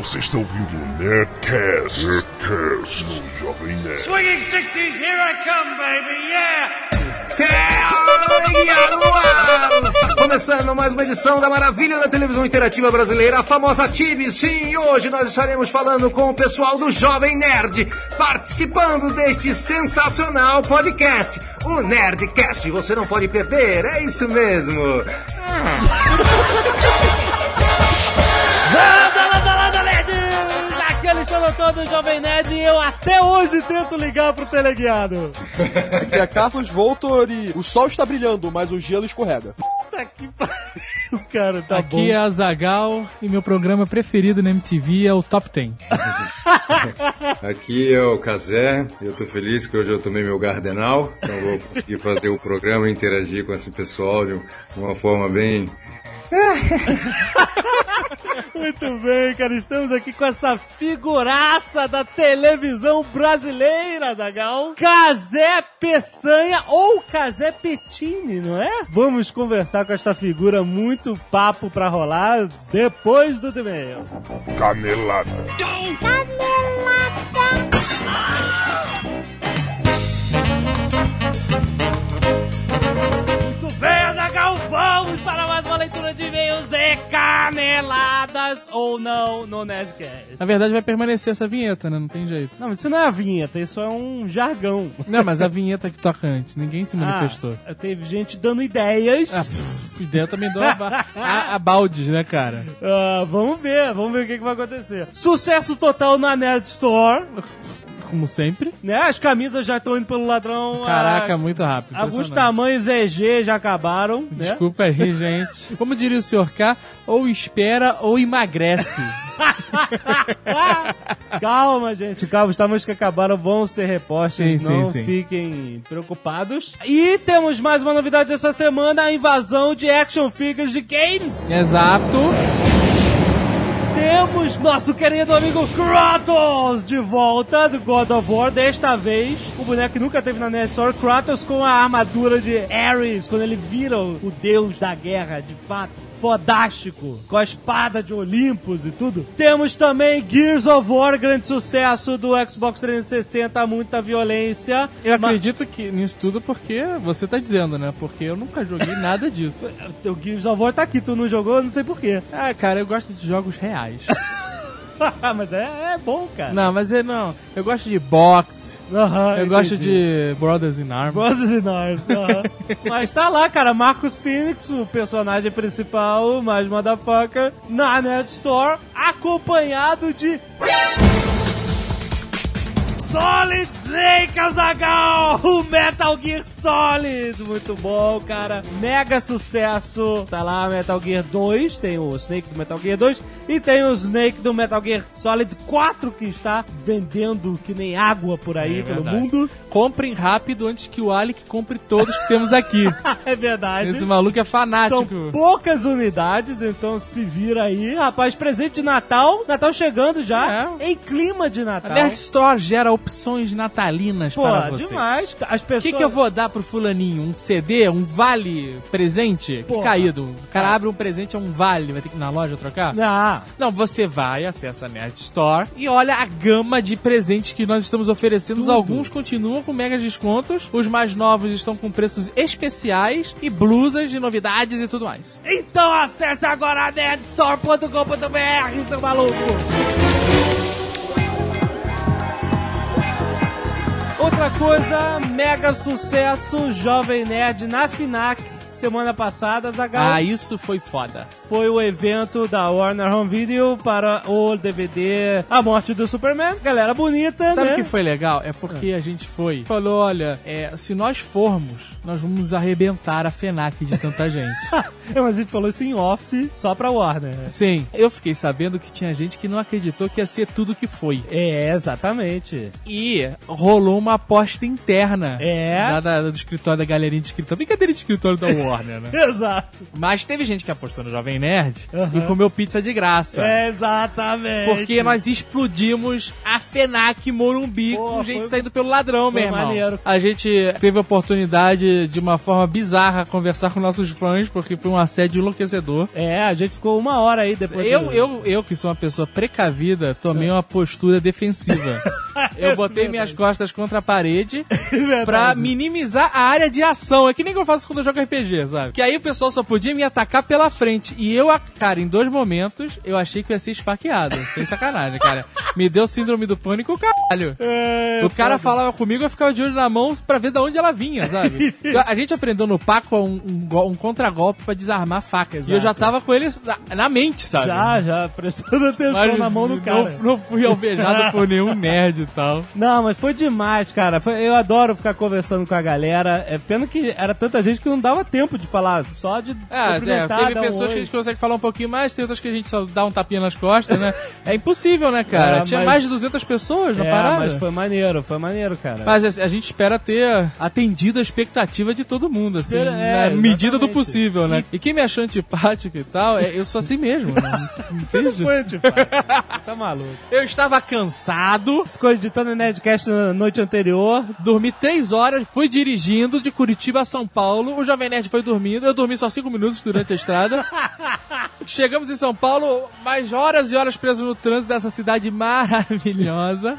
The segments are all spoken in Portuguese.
Você está ouvindo o Nerdcast no Jovem Nerd. Swinging 60s, here I come, baby, yeah! Está começando mais uma edição da maravilha da televisão interativa brasileira, a famosa TIB. Sim, hoje nós estaremos falando com o pessoal do Jovem Nerd, participando deste sensacional podcast, o Nerdcast. Você não pode perder, é isso mesmo. Landa, nerds! Aqui eles estão todos Jovem Nerd e eu até hoje tento ligar pro teleguiado. Aqui é Carlos Voltor e o sol está brilhando, mas o gelo escorrega. Puta que pariu, cara, tá aqui bom. Aqui é a Zagal e meu programa preferido na MTV é o Top 10. Aqui é o Cazé, eu tô feliz que hoje eu tomei meu Gardenal, então vou conseguir fazer o programa e interagir com esse pessoal de uma forma bem... Muito bem, cara, estamos aqui com essa figuraça da televisão brasileira, Zagal, Cazé Peçanha ou Cazé Pettini, não é? Vamos conversar com esta figura, muito papo pra rolar depois do e-mail. Canelada. Muito bem, Zagal, vamos para mais uma leitura de e-mails e caneladas ou não no Nerdcast. Na verdade vai permanecer essa vinheta, né? Não tem jeito. Não, isso não é a vinheta, isso é um jargão. Não, mas a vinheta que toca antes, ninguém se manifestou. Teve gente dando ideias. Ideia também deu a baldes, né, cara? Vamos ver o que vai acontecer. Sucesso total na Nerd Store. Como sempre. Né? As camisas já estão indo pelo ladrão. Caraca, muito rápido. Alguns tamanhos EG já acabaram. Desculpa aí, gente. Como diria o Sr. K, ou espera ou emagrece. Calma, gente, calma. Os tamanhos que acabaram vão ser repostos. Não sim. fiquem preocupados. E temos mais uma novidade essa semana: a invasão de action figures de games. Exato. Temos nosso querido amigo Kratos de volta do God of War. Desta vez, o boneco que nunca teve na Nerd Store, Kratos com a armadura de Ares, quando ele vira o deus da guerra, de fato. Fodástico, com a espada de Olympus e tudo. Temos também Gears of War, grande sucesso do Xbox 360, muita violência. Eu acredito que nisso tudo porque você tá dizendo, né? Porque eu nunca joguei nada disso. O Gears of War tá aqui, tu não jogou? Não sei porquê. Cara, eu gosto de jogos reais. Mas é bom, cara. Não, mas não. Eu gosto de boxe. Eu gosto de Brothers in Arms. Mas tá lá, cara. Marcus Phoenix, o personagem principal, mais motherfucker, na Nerd Store, acompanhado de Solid Snake, Azaghal, o Metal Gear Solid, muito bom, cara, mega sucesso, tá lá Metal Gear 2, tem o Snake do Metal Gear 2 e tem o Snake do Metal Gear Solid 4 que está vendendo que nem água por aí pelo mundo. Comprem rápido antes que o Alec compre todos que temos aqui. É verdade. Esse maluco é fanático. São poucas unidades, então se vira aí, rapaz, presente de Natal chegando já, em clima de Natal. A Nerd Store gera opções natalinas para você. Demais. As pessoas... O que eu vou dar pro fulaninho? Um CD? Um vale presente? Que caído. O cara abre um presente, é um vale. Vai ter que ir na loja trocar? Não, você vai, acessa a Nerd Store e olha a gama de presentes que nós estamos oferecendo. Tudo. Alguns continuam com mega descontos. Os mais novos estão com preços especiais e blusas de novidades e tudo mais. Então acesse agora a nerdstore.com.br, seu maluco! Outra coisa, mega sucesso, Jovem Nerd na FNAC. Semana passada, Zagal. Isso foi foda. Foi o evento da Warner Home Video para o DVD A Morte do Superman. Galera bonita, Sabe né? o que foi legal? É porque a gente falou, olha, se nós formos, nós vamos arrebentar a FNAC de tanta gente. Mas a gente falou isso em off, só pra Warner. Sim. Eu fiquei sabendo que tinha gente que não acreditou que ia ser tudo que foi. Exatamente. E rolou uma aposta interna. Do escritório, da galerinha de escritório. Brincadeira de escritório da Warner. Né? Exato. Mas teve gente que apostou no Jovem Nerd e comeu pizza de graça. Exatamente. Porque nós explodimos a FNAC Morumbi com gente saindo pelo ladrão, meu irmão. Maneiro. A gente teve a oportunidade de uma forma bizarra conversar com nossos fãs, porque foi um assédio enlouquecedor. A gente ficou 1 hora aí depois. Eu que sou uma pessoa precavida, tomei uma postura defensiva. Eu botei minhas costas contra a parede pra minimizar a área de ação. É que nem que eu faço quando eu jogo RPG, sabe? Que aí o pessoal só podia me atacar pela frente. E eu, cara, em 2 momentos, eu achei que eu ia ser esfaqueado. Sem sacanagem, cara. Me deu síndrome do pânico, caralho. O cara falava comigo, eu ficava de olho na mão pra ver de onde ela vinha, sabe? A gente aprendeu no Paco um contragolpe pra desarmar facas. Exato. E eu já tava com eles na mente, sabe? Já, prestando atenção na mão do cara. Não fui alvejado por nenhum nerd e tal. Não, mas foi demais, cara. Eu adoro ficar conversando com a galera. É pena que era tanta gente que não dava tempo de falar, só de cumprimentar, teve pessoas que a gente consegue falar um pouquinho mais, tem outras que a gente só dá um tapinha nas costas, né? É impossível, né, cara? Tinha mais de 200 pessoas na parada. Mas foi maneiro, cara. Mas a gente espera ter atendido a expectativa de todo mundo, assim, na medida do possível, né? E quem me achou antipático e tal, eu sou assim mesmo, né? Você não foi antipático. Tá maluco. Eu estava cansado. Ficou editando o Nerdcast na noite anterior. Dormi 3 horas, fui dirigindo de Curitiba a São Paulo. O Jovem Nerd foi dormindo. Eu dormi só 5 minutos durante a estrada. Chegamos em São Paulo, mais horas e horas presos no trânsito dessa cidade maravilhosa.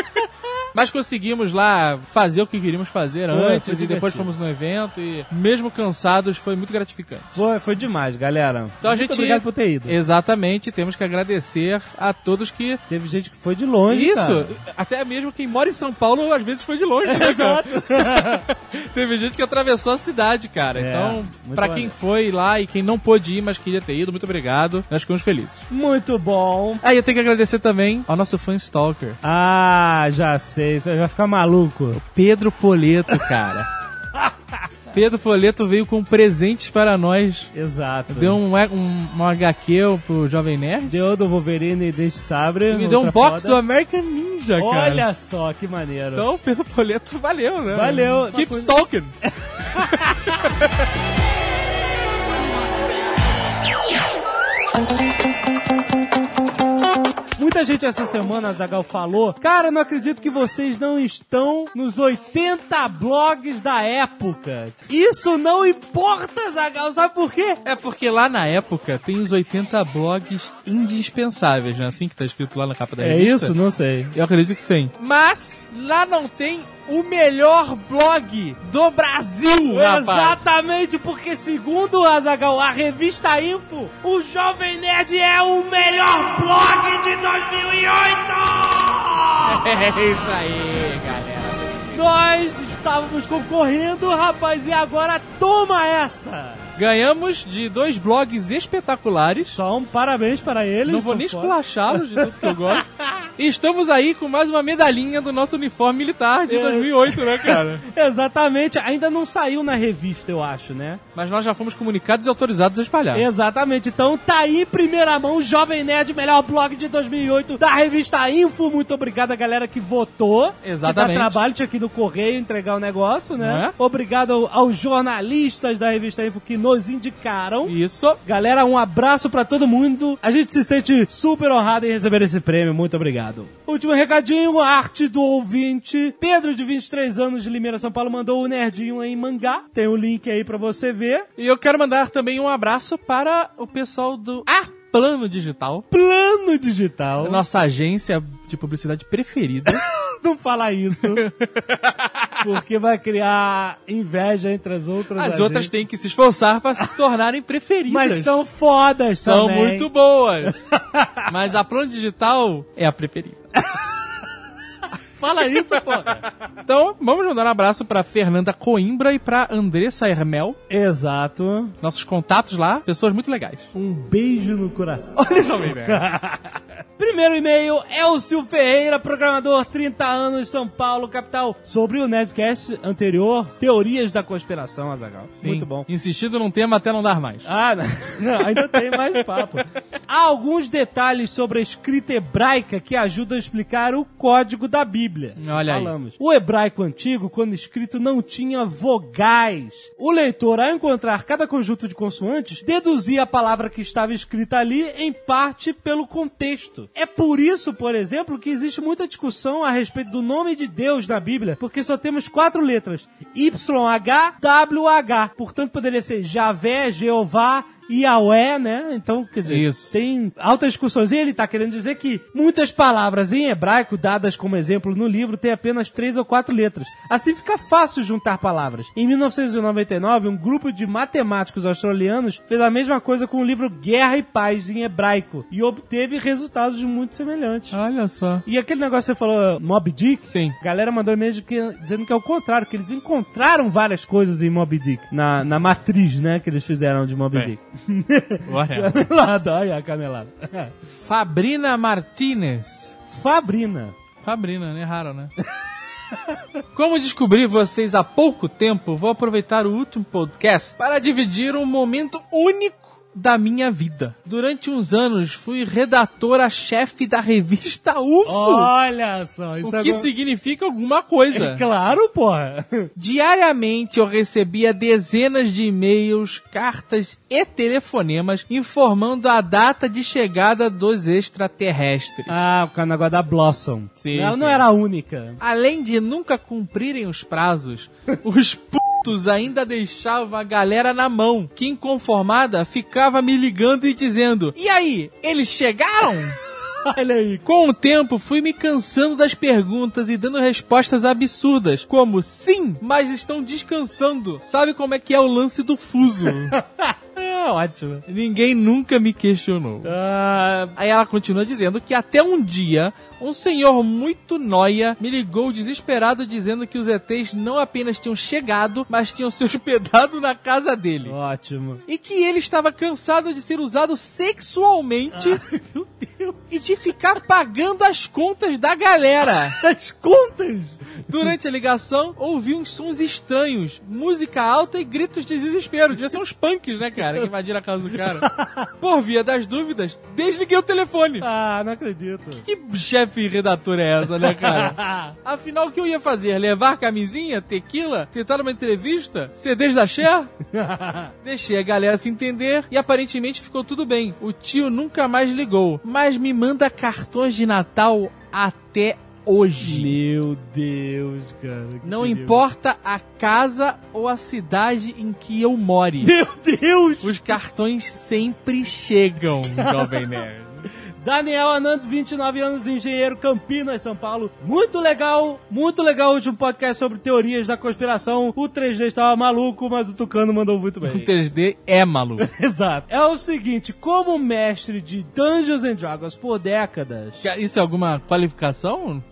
Mas conseguimos lá fazer o que queríamos fazer antes e depois fomos no evento e mesmo cansados foi muito gratificante. Foi demais, galera. Então muito obrigado por ter ido. Exatamente, temos que agradecer a todos que... Teve gente que foi de longe, Isso, cara. Até mesmo quem mora em São Paulo às vezes foi de longe. Né, Exato. Teve gente que atravessou a cidade, cara. Então, pra quem foi lá e quem não pôde ir, mas queria ter ido, muito obrigado. Nós ficamos felizes. Muito bom. Aí eu tenho que agradecer também ao nosso fã Stalker. Ah, já sei. Você vai ficar maluco. Pedro Poleto, cara. Pedro Poleto veio com presentes para nós. Exato. Deu um HQ pro Jovem Nerd. Deu do Wolverine e deste Sabre. E me deu um box do American Ninja, cara. Olha só, que maneiro. Então, Pedro Poleto, valeu, né? Valeu. Keep stalking. Muita gente essa semana, Zagal, falou: cara, não acredito que vocês não estão nos 80 blogs da época. Isso não importa, Zagal, sabe por quê? É porque lá na época tem os 80 blogs indispensáveis, né? Assim que tá escrito lá na capa da revista. É isso? Não sei. Eu acredito que sim. Mas lá não tem o melhor blog do Brasil, rapaz. Exatamente, porque segundo a Zagal, a revista Info, o Jovem Nerd é o melhor blog de 2008! É isso aí, galera. Nós estávamos concorrendo, rapaz, e agora toma essa! Ganhamos de 2 blogs espetaculares. Só um parabéns para eles. Não vou nem esculachá-los de tudo que eu gosto. E estamos aí com mais uma medalhinha do nosso uniforme militar de 2008, né, cara? Exatamente. Ainda não saiu na revista, eu acho, né? Mas nós já fomos comunicados e autorizados a espalhar. Exatamente. Então tá aí em primeira mão, Jovem Nerd, melhor blog de 2008 da revista Info. Muito obrigado a galera que votou. Exatamente. Que dá trabalho, tinha que ir no correio entregar o negócio, né? Obrigado aos jornalistas da revista Info que nos indicaram. Isso. Galera, um abraço pra todo mundo. A gente se sente super honrado em receber esse prêmio. Muito obrigado. Último recadinho, arte do ouvinte. Pedro, de 23 anos, de Limeira, São Paulo, mandou o Nerdinho em mangá. Tem o link aí pra você ver. E eu quero mandar também um abraço para o pessoal do Plano Digital. Plano Digital. Nossa agência de publicidade preferida. Não fala isso. Porque vai criar inveja entre as outras. As outras têm que se esforçar para se tornarem preferidas. Mas são fodas são também. São muito boas. Mas a Plano Digital é a preferida. Fala isso, porra. Então, vamos mandar um abraço pra Fernanda Coimbra e pra Andressa Hermel. Exato. Nossos contatos lá, pessoas muito legais. Um beijo no coração. Olha só, né? Primeiro e-mail, Elcio Ferreira, programador, 30 anos, São Paulo, capital. Sobre o Nerdcast anterior, teorias da conspiração, Azaghal. Sim. Muito bom. Insistido num tema até não dar mais. Ah, não, ainda tem mais papo. Há alguns detalhes sobre a escrita hebraica que ajudam a explicar o código da Bíblia. Olha Falamos. Aí. O hebraico antigo, quando escrito, não tinha vogais. O leitor, ao encontrar cada conjunto de consoantes, deduzia a palavra que estava escrita ali, em parte, pelo contexto. É por por isso, por exemplo, que existe muita discussão a respeito do nome de Deus na Bíblia, porque só temos 4 letras, YHWH. Portanto, poderia ser Javé, Jeová, Yahweh, né? Então, quer dizer, isso. Tem altas discussões. E ele tá querendo dizer que muitas palavras em hebraico, dadas como exemplo no livro, têm apenas 3 ou 4 letras. Assim fica fácil juntar palavras. Em 1999, um grupo de matemáticos australianos fez a mesma coisa com o livro Guerra e Paz em hebraico e obteve resultados muito semelhantes. Olha só. E aquele negócio que você falou, Moby Dick? Sim. A galera mandou e-mail dizendo que é o contrário, que eles encontraram várias coisas em Moby Dick, na matriz, né, que eles fizeram de Moby Dick. Canelada, olha a canelada. Fabrina Martinez. Fabrina, né? Raro, né? Como descobri vocês há pouco tempo, vou aproveitar o último podcast para dividir um momento único da minha vida. Durante uns anos, fui redatora-chefe da revista UFO. Olha só. Isso o que significa alguma coisa. É claro, porra. Diariamente eu recebia dezenas de e-mails, cartas e telefonemas informando a data de chegada dos extraterrestres. Ah, o negócio da Blossom. Sim, Ela sim. não era a única. Além de nunca cumprirem os prazos, os putos ainda deixavam a galera na mão, que inconformada ficava me ligando e dizendo: e aí, eles chegaram? Olha aí. Com o tempo, fui me cansando das perguntas e dando respostas absurdas, como: sim, mas estão descansando. Sabe como é que é o lance do fuso? É ótimo. Ninguém nunca me questionou. Aí ela continua dizendo que até um dia, um senhor muito nóia me ligou desesperado dizendo que os ETs não apenas tinham chegado, mas tinham se hospedado na casa dele. Ótimo. E que ele estava cansado de ser usado sexualmente Meu Deus. e de ficar pagando as contas da galera. As contas. Durante a ligação, ouvi uns sons estranhos, música alta e gritos de desespero. Devia ser uns punks, né, cara, que invadiram a casa do cara. Por via das dúvidas, desliguei o telefone. Ah, não acredito. Que chefe redator é essa, né, cara? Afinal, o que eu ia fazer? Levar camisinha, tequila, tentar uma entrevista, CDs da Cher? Deixei a galera se entender e aparentemente ficou tudo bem. O tio nunca mais ligou, mas me manda cartões de Natal até hoje. Meu Deus, cara. Não importa a casa ou a cidade em que eu more. Meu Deus! Os cartões sempre chegam, Jovem Nerd. Daniel Anando, 29 anos, engenheiro, Campinas, São Paulo. Muito legal o último podcast sobre teorias da conspiração. O 3D estava maluco, mas o Tucano mandou muito bem. O 3D é maluco. Exato. É o seguinte, como mestre de Dungeons and Dragons por décadas... Isso é alguma qualificação?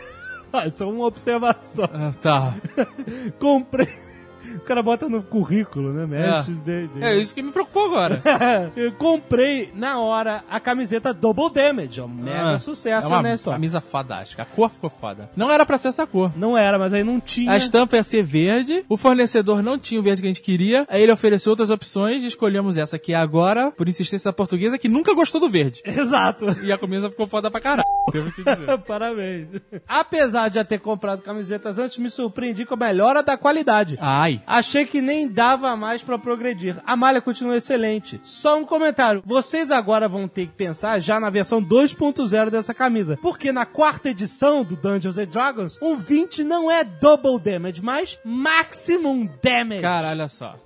Isso é uma observação. Tá. Comprei... O cara bota no currículo, né? Mestres de... É isso que me preocupou agora. Eu comprei na hora a camiseta Double Damage. É um mega sucesso, é uma né, história? camisa fodástica. A cor ficou foda. Não era pra ser essa cor. Não era, mas aí não tinha. A estampa ia ser verde. O fornecedor não tinha o verde que a gente queria. Aí ele ofereceu outras opções e escolhemos essa que é agora, por insistência da portuguesa, que nunca gostou do verde. Exato. E a camisa ficou foda pra caralho. Temos que dizer. Parabéns. Apesar de já ter comprado camisetas antes, me surpreendi com a melhora da qualidade. Ai. Achei que nem dava mais pra progredir. A malha continua excelente. Só um comentário. Vocês agora vão ter que pensar já na versão 2.0 dessa camisa. Porque na 4ª edição do Dungeons & Dragons, um 20 não é Double Damage, mas Maximum Damage. Cara, olha só.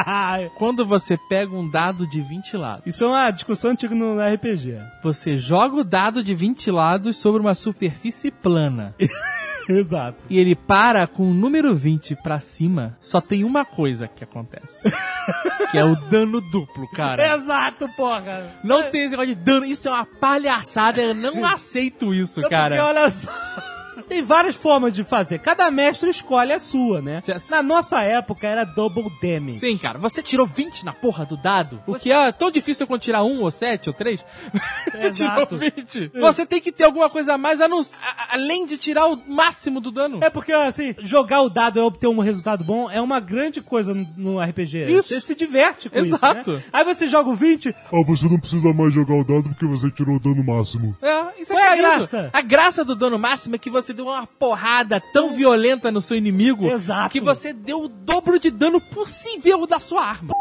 Quando você pega um dado de 20 lados... Isso é uma discussão antiga no RPG. Você joga o dado de 20 lados sobre uma superfície plana. Exato. E ele para com o número 20 pra cima, só tem uma coisa que acontece. Que é o dano duplo, cara. Exato, porra. Não tem esse negócio de dano. Isso é uma palhaçada. Eu não aceito isso, cara. Porque olha só... Tem várias formas de fazer. Cada mestre escolhe a sua, né? Na nossa época era Double Damage. Sim, cara. Você tirou 20 na porra do dado? O que é tão difícil quando tirar 1 ou 7 ou 3? Você Exato. tirou 20. Você tem que ter alguma coisa a mais além de tirar o máximo do dano. É porque, assim, jogar o dado e obter um resultado bom é uma grande coisa no RPG. Isso. Você se diverte com Exato. isso, né? Aí você joga o 20... você não precisa mais jogar o dado porque você tirou o dano máximo. Isso é Qual é a caído. graça? A graça do dano máximo é que você deu uma porrada tão violenta no seu inimigo. Exato. Que você deu o dobro de dano possível da sua arma. Que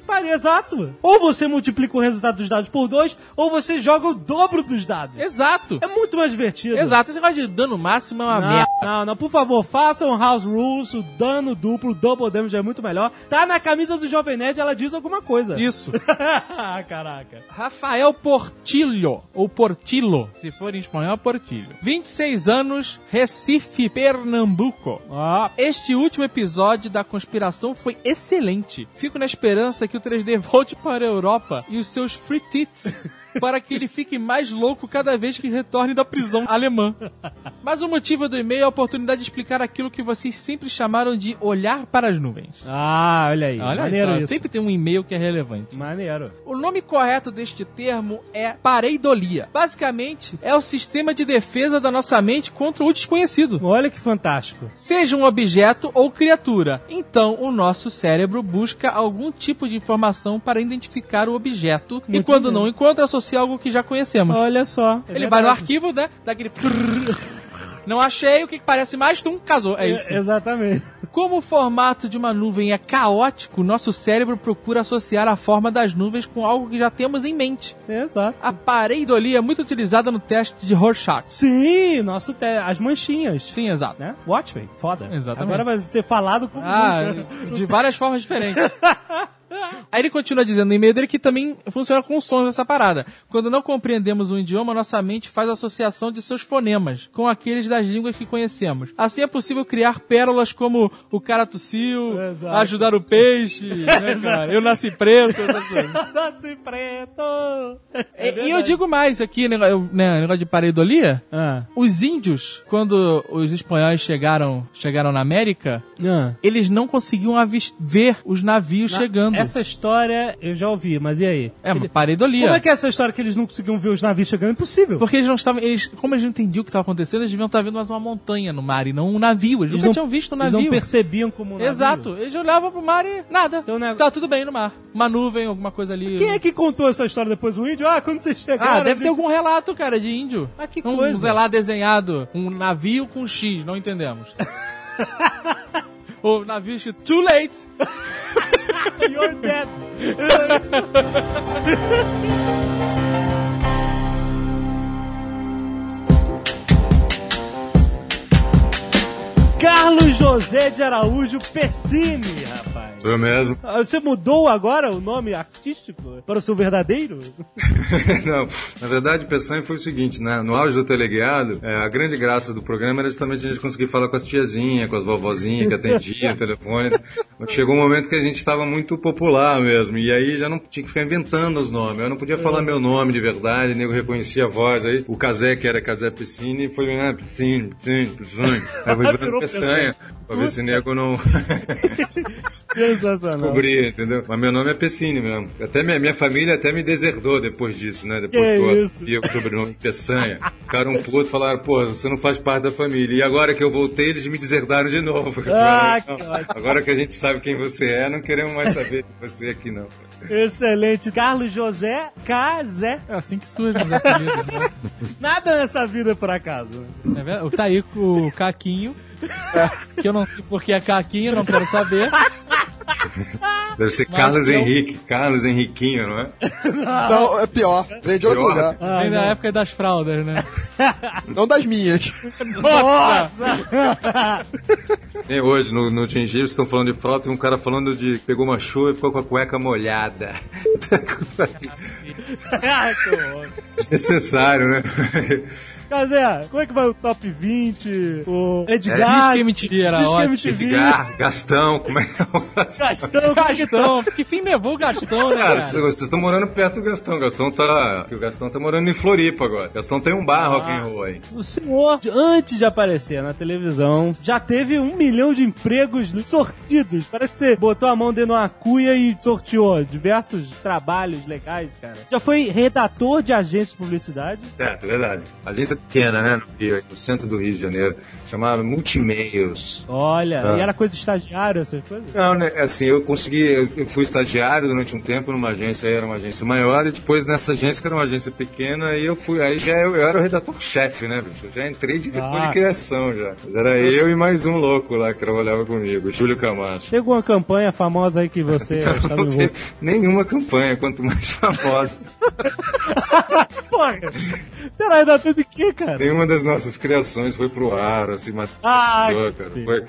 pariu, exato. Ou você multiplica o resultado dos dados por 2, ou você joga o dobro dos dados. Exato. É muito mais divertido. Exato. Esse negócio de dano máximo é uma merda. Não, por favor, façam House Rules, o dano duplo, o Double Damage é muito melhor. Tá na camisa do Jovem Nerd, ela diz alguma coisa. Isso. Caraca. Rafael Portillo, ou Portillo, se for em espanhol, Portillo. 26 anos, Recife, Pernambuco. Este último episódio da conspiração foi excelente. Fico na esperança que o 3D volte para a Europa e os seus free tits para que ele fique mais louco cada vez que retorne da prisão alemã. Mas o motivo do e-mail é a oportunidade de explicar aquilo que vocês sempre chamaram de olhar para as nuvens. Olha aí. Olha maneiro só, isso. sempre tem um e-mail que é relevante. Maneiro. O nome correto deste termo é pareidolia. Basicamente, é o sistema de defesa da nossa mente contra o desconhecido. Olha que fantástico. Seja um objeto ou criatura. Então, o nosso cérebro busca algum tipo de informação para identificar o objeto e quando não encontra, associa algo que já conhecemos. Olha só. Ele vai no arquivo, né? Dá aquele... Não achei, o que parece mais? Casou. É isso. Exatamente. Como o formato de uma nuvem é caótico, nosso cérebro procura associar a forma das nuvens com algo que já temos em mente. Exato. A pareidolia é muito utilizada no teste de Rorschach. Sim, as manchinhas. Sim, exato. Né? Watchmen, foda. Exatamente. Agora vai ser falado com... de várias formas diferentes. Aí ele continua dizendo no e-mail dele que também funciona com sons essa parada. Quando não compreendemos um idioma, nossa mente faz associação de seus fonemas com aqueles das línguas que conhecemos. Assim é possível criar pérolas como o cara tossiu, ajudar o peixe, né, cara? Eu nasci preto. Nasci preto. E eu digo mais aqui, negócio de pareidolia. Os índios, quando os espanhóis chegaram na América, eles não conseguiam ver os navios chegando. Essa história eu já ouvi, mas e aí? Pareidolia. Como é que é essa história que eles não conseguiam ver os navios chegando? Impossível. Porque eles não estavam... como eles não entendiam o que estava acontecendo, eles deviam estar vendo mais uma montanha no mar e não um navio. Eles nunca tinham visto um navio. Eles não percebiam como um navio. Exato. Eles olhavam pro mar e nada. Então, tá tudo bem no mar. Uma nuvem, alguma coisa ali. Quem é que contou essa história depois? O índio? Quando vocês chegaram... deve ter algum relato, cara, de índio. Que coisa. Sei lá, desenhado. Um navio com X, não entendemos. O navio escrito Too late. You're dead. Carlos José de Araújo Pessini, rapaz. Sou eu mesmo. Você mudou agora o nome artístico para o seu verdadeiro? Não, na verdade, Peçanha foi o seguinte, né? No auge do Teleguiado, a grande graça do programa era justamente a gente conseguir falar com as tiazinhas, com as vovozinhas que atendiam o telefone. Chegou um momento que a gente estava muito popular mesmo, e aí já não tinha que ficar inventando os nomes. Eu não podia falar meu nome de verdade, nego reconhecia a voz. Aí o Casé, que era Casé Pessini, foi Pessini. Aí foi virando Peçanha, pra ver se nego não... descobrir, entendeu? Mas meu nome é Pessini mesmo. Até minha família até me deserdou depois disso, né? Depois que eu assumi o sobrenome Peçanha. Ficaram um puto, falaram, pô, você não faz parte da família. E agora que eu voltei, eles me deserdaram de novo. Agora que a gente sabe quem você é, não queremos mais saber de você aqui, não. Excelente. Carlos José Casé. É assim que surge os apelidos, né? Nada nessa vida por acaso. É verdade? Tá aí com o Caquinho, que eu não sei porque é Caquinho, não quero saber. Deve ser Carlos Henrique, Carlos Henriquinho, não é? Não, é pior. Vem de outro lugar. Vem da época das fraldas, né? Não das minhas. Nossa! E hoje, no Tingir, vocês estão falando de fralda, tem um cara falando de pegou uma chuva e ficou com a cueca molhada. Desnecessário, né? Casé, como é que vai o Top 20? O Edgar? Diz que MTV era ótimo. Edgar, Gastão, como é que é o Gastão. Que fim levou o Gastão, né, cara? Vocês estão morando perto do Gastão. O Gastão tá morando em Floripa agora. O Gastão tem um bar rock and roll aí. O senhor, antes de aparecer na televisão, já teve 1 milhão de empregos sortidos. Parece que você botou a mão dentro de uma cuia e sorteou diversos trabalhos legais, cara. Já já foi redator de agência de publicidade. É verdade. Agência pequena, né? No centro do Rio de Janeiro. Chamava Multimeios. Olha, e era coisa de estagiário, essas coisas? Não, né, assim, eu fui estagiário durante um tempo numa agência, aí era uma agência maior, e depois nessa agência, que era uma agência pequena, aí eu era o redator-chefe, né, bicho? Eu já entrei de diretor de criação, já. Mas era eu e mais um louco lá que trabalhava comigo, Júlio Camacho. Tem alguma campanha famosa aí que você... Não teve nenhuma campanha, quanto mais famosa. Porra! Você era redator de quê, cara? Nenhuma das nossas criações foi pro ar, assim, cara. Foi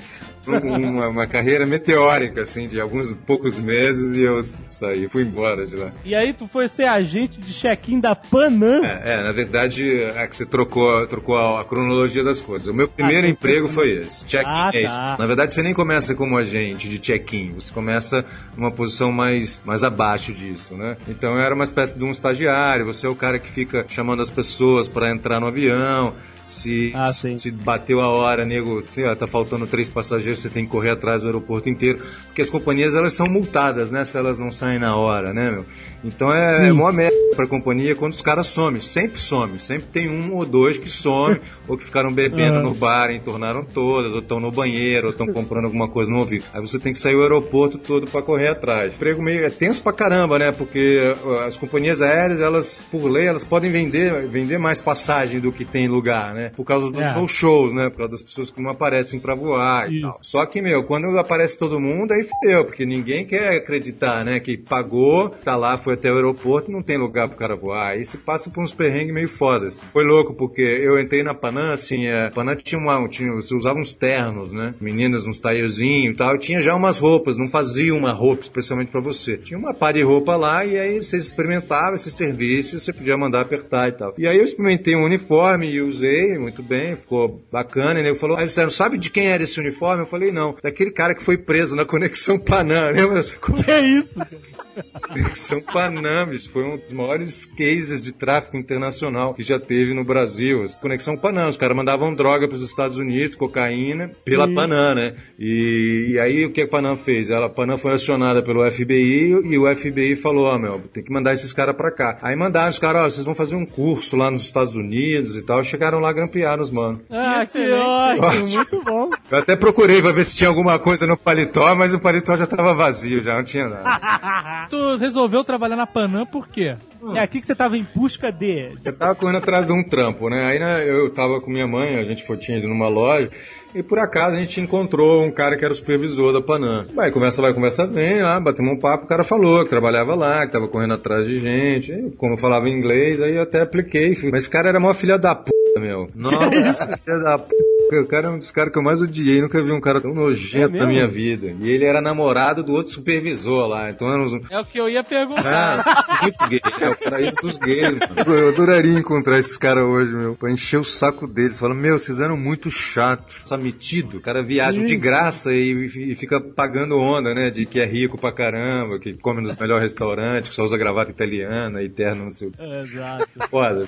uma carreira meteórica, assim, de alguns poucos meses, e eu fui embora de lá. E aí tu foi ser agente de check-in da Panam? Na verdade, é que você trocou a cronologia das coisas. O meu primeiro emprego foi esse, check-in agent. Na verdade, você nem começa como agente de check-in, você começa numa posição mais abaixo disso, né? Então, eu era uma espécie de um estagiário, você é o cara que fica chamando as pessoas para entrar no avião. Se bateu a hora, nego, tá faltando 3 passageiros, você tem que correr atrás do aeroporto inteiro, porque as companhias, elas são multadas, né, se elas não saem na hora, né, meu? Então é mó merda pra companhia quando os caras somem, sempre tem um ou dois que somem, ou que ficaram bebendo no bar, entornaram todas, ou estão no banheiro, ou estão comprando alguma coisa no ouvido. Aí você tem que sair o aeroporto todo pra correr atrás. O emprego meio é tenso pra caramba, né, porque as companhias aéreas, elas, por lei, elas podem vender mais passagem do que tem lugar, né? Por causa dos no-shows, né? Por causa das pessoas que não aparecem pra voar e tal. Só que, quando aparece todo mundo, aí fudeu, porque ninguém quer acreditar, né? Que pagou, tá lá, foi até o aeroporto e não tem lugar pro cara voar. Aí você passa por uns perrengues meio fodas. Foi louco, porque eu entrei na Panam, assim, a Panam você usava uns ternos, né? Meninas, uns taierzinhos e tal, e tinha já umas roupas, não fazia uma roupa especialmente pra você. Tinha uma pá de roupa lá, e aí você experimentava esse serviço, você podia mandar apertar e tal. E aí eu experimentei um uniforme e usei muito bem, ficou bacana. E ele falou, mas você não sabe de quem era esse uniforme? Eu falei, não, daquele cara que foi preso na Conexão Panam, lembra dessa coisa? Que isso? Conexão Panam, bicho, foi um dos maiores cases de tráfico internacional que já teve no Brasil. Conexão Panam, os caras mandavam droga para os Estados Unidos, cocaína, pela Panam, né? E aí o que a Panam fez? A Panam foi acionada pelo FBI e o FBI falou, tem que mandar esses caras pra cá. Aí mandaram os caras, vocês vão fazer um curso lá nos Estados Unidos e tal. Chegaram lá, grampearam os mano. Que ótimo, muito bom. Eu até procurei pra ver se tinha alguma coisa no paletó, mas o paletó já tava vazio, já não tinha nada. Tu resolveu trabalhar na Panam por quê? É aqui que você tava em busca de... Eu tava correndo atrás de um trampo, né? Aí eu tava com minha mãe, a gente tinha ido numa loja, e por acaso a gente encontrou um cara que era o supervisor da Panam. Vai, conversa bem lá, batemos um papo, o cara falou que trabalhava lá, que tava correndo atrás de gente. E, como eu falava inglês, aí eu até apliquei. Mas esse cara era mó filha da p***, meu. Nossa, filha da p***. O cara é um dos caras que eu mais odiei, nunca vi um cara tão nojento na minha vida. E ele era namorado do outro supervisor lá, então era uns... É o que eu ia perguntar. Muito gay, o paraíso dos gays, mano. Eu adoraria encontrar esses caras hoje, pra encher o saco deles. Fala, vocês eram muito chatos, só metido. O cara viaja de graça e fica pagando onda, né, de que é rico pra caramba, que come nos melhores restaurantes, que só usa gravata italiana e terno, não sei o que. Exato. Foda.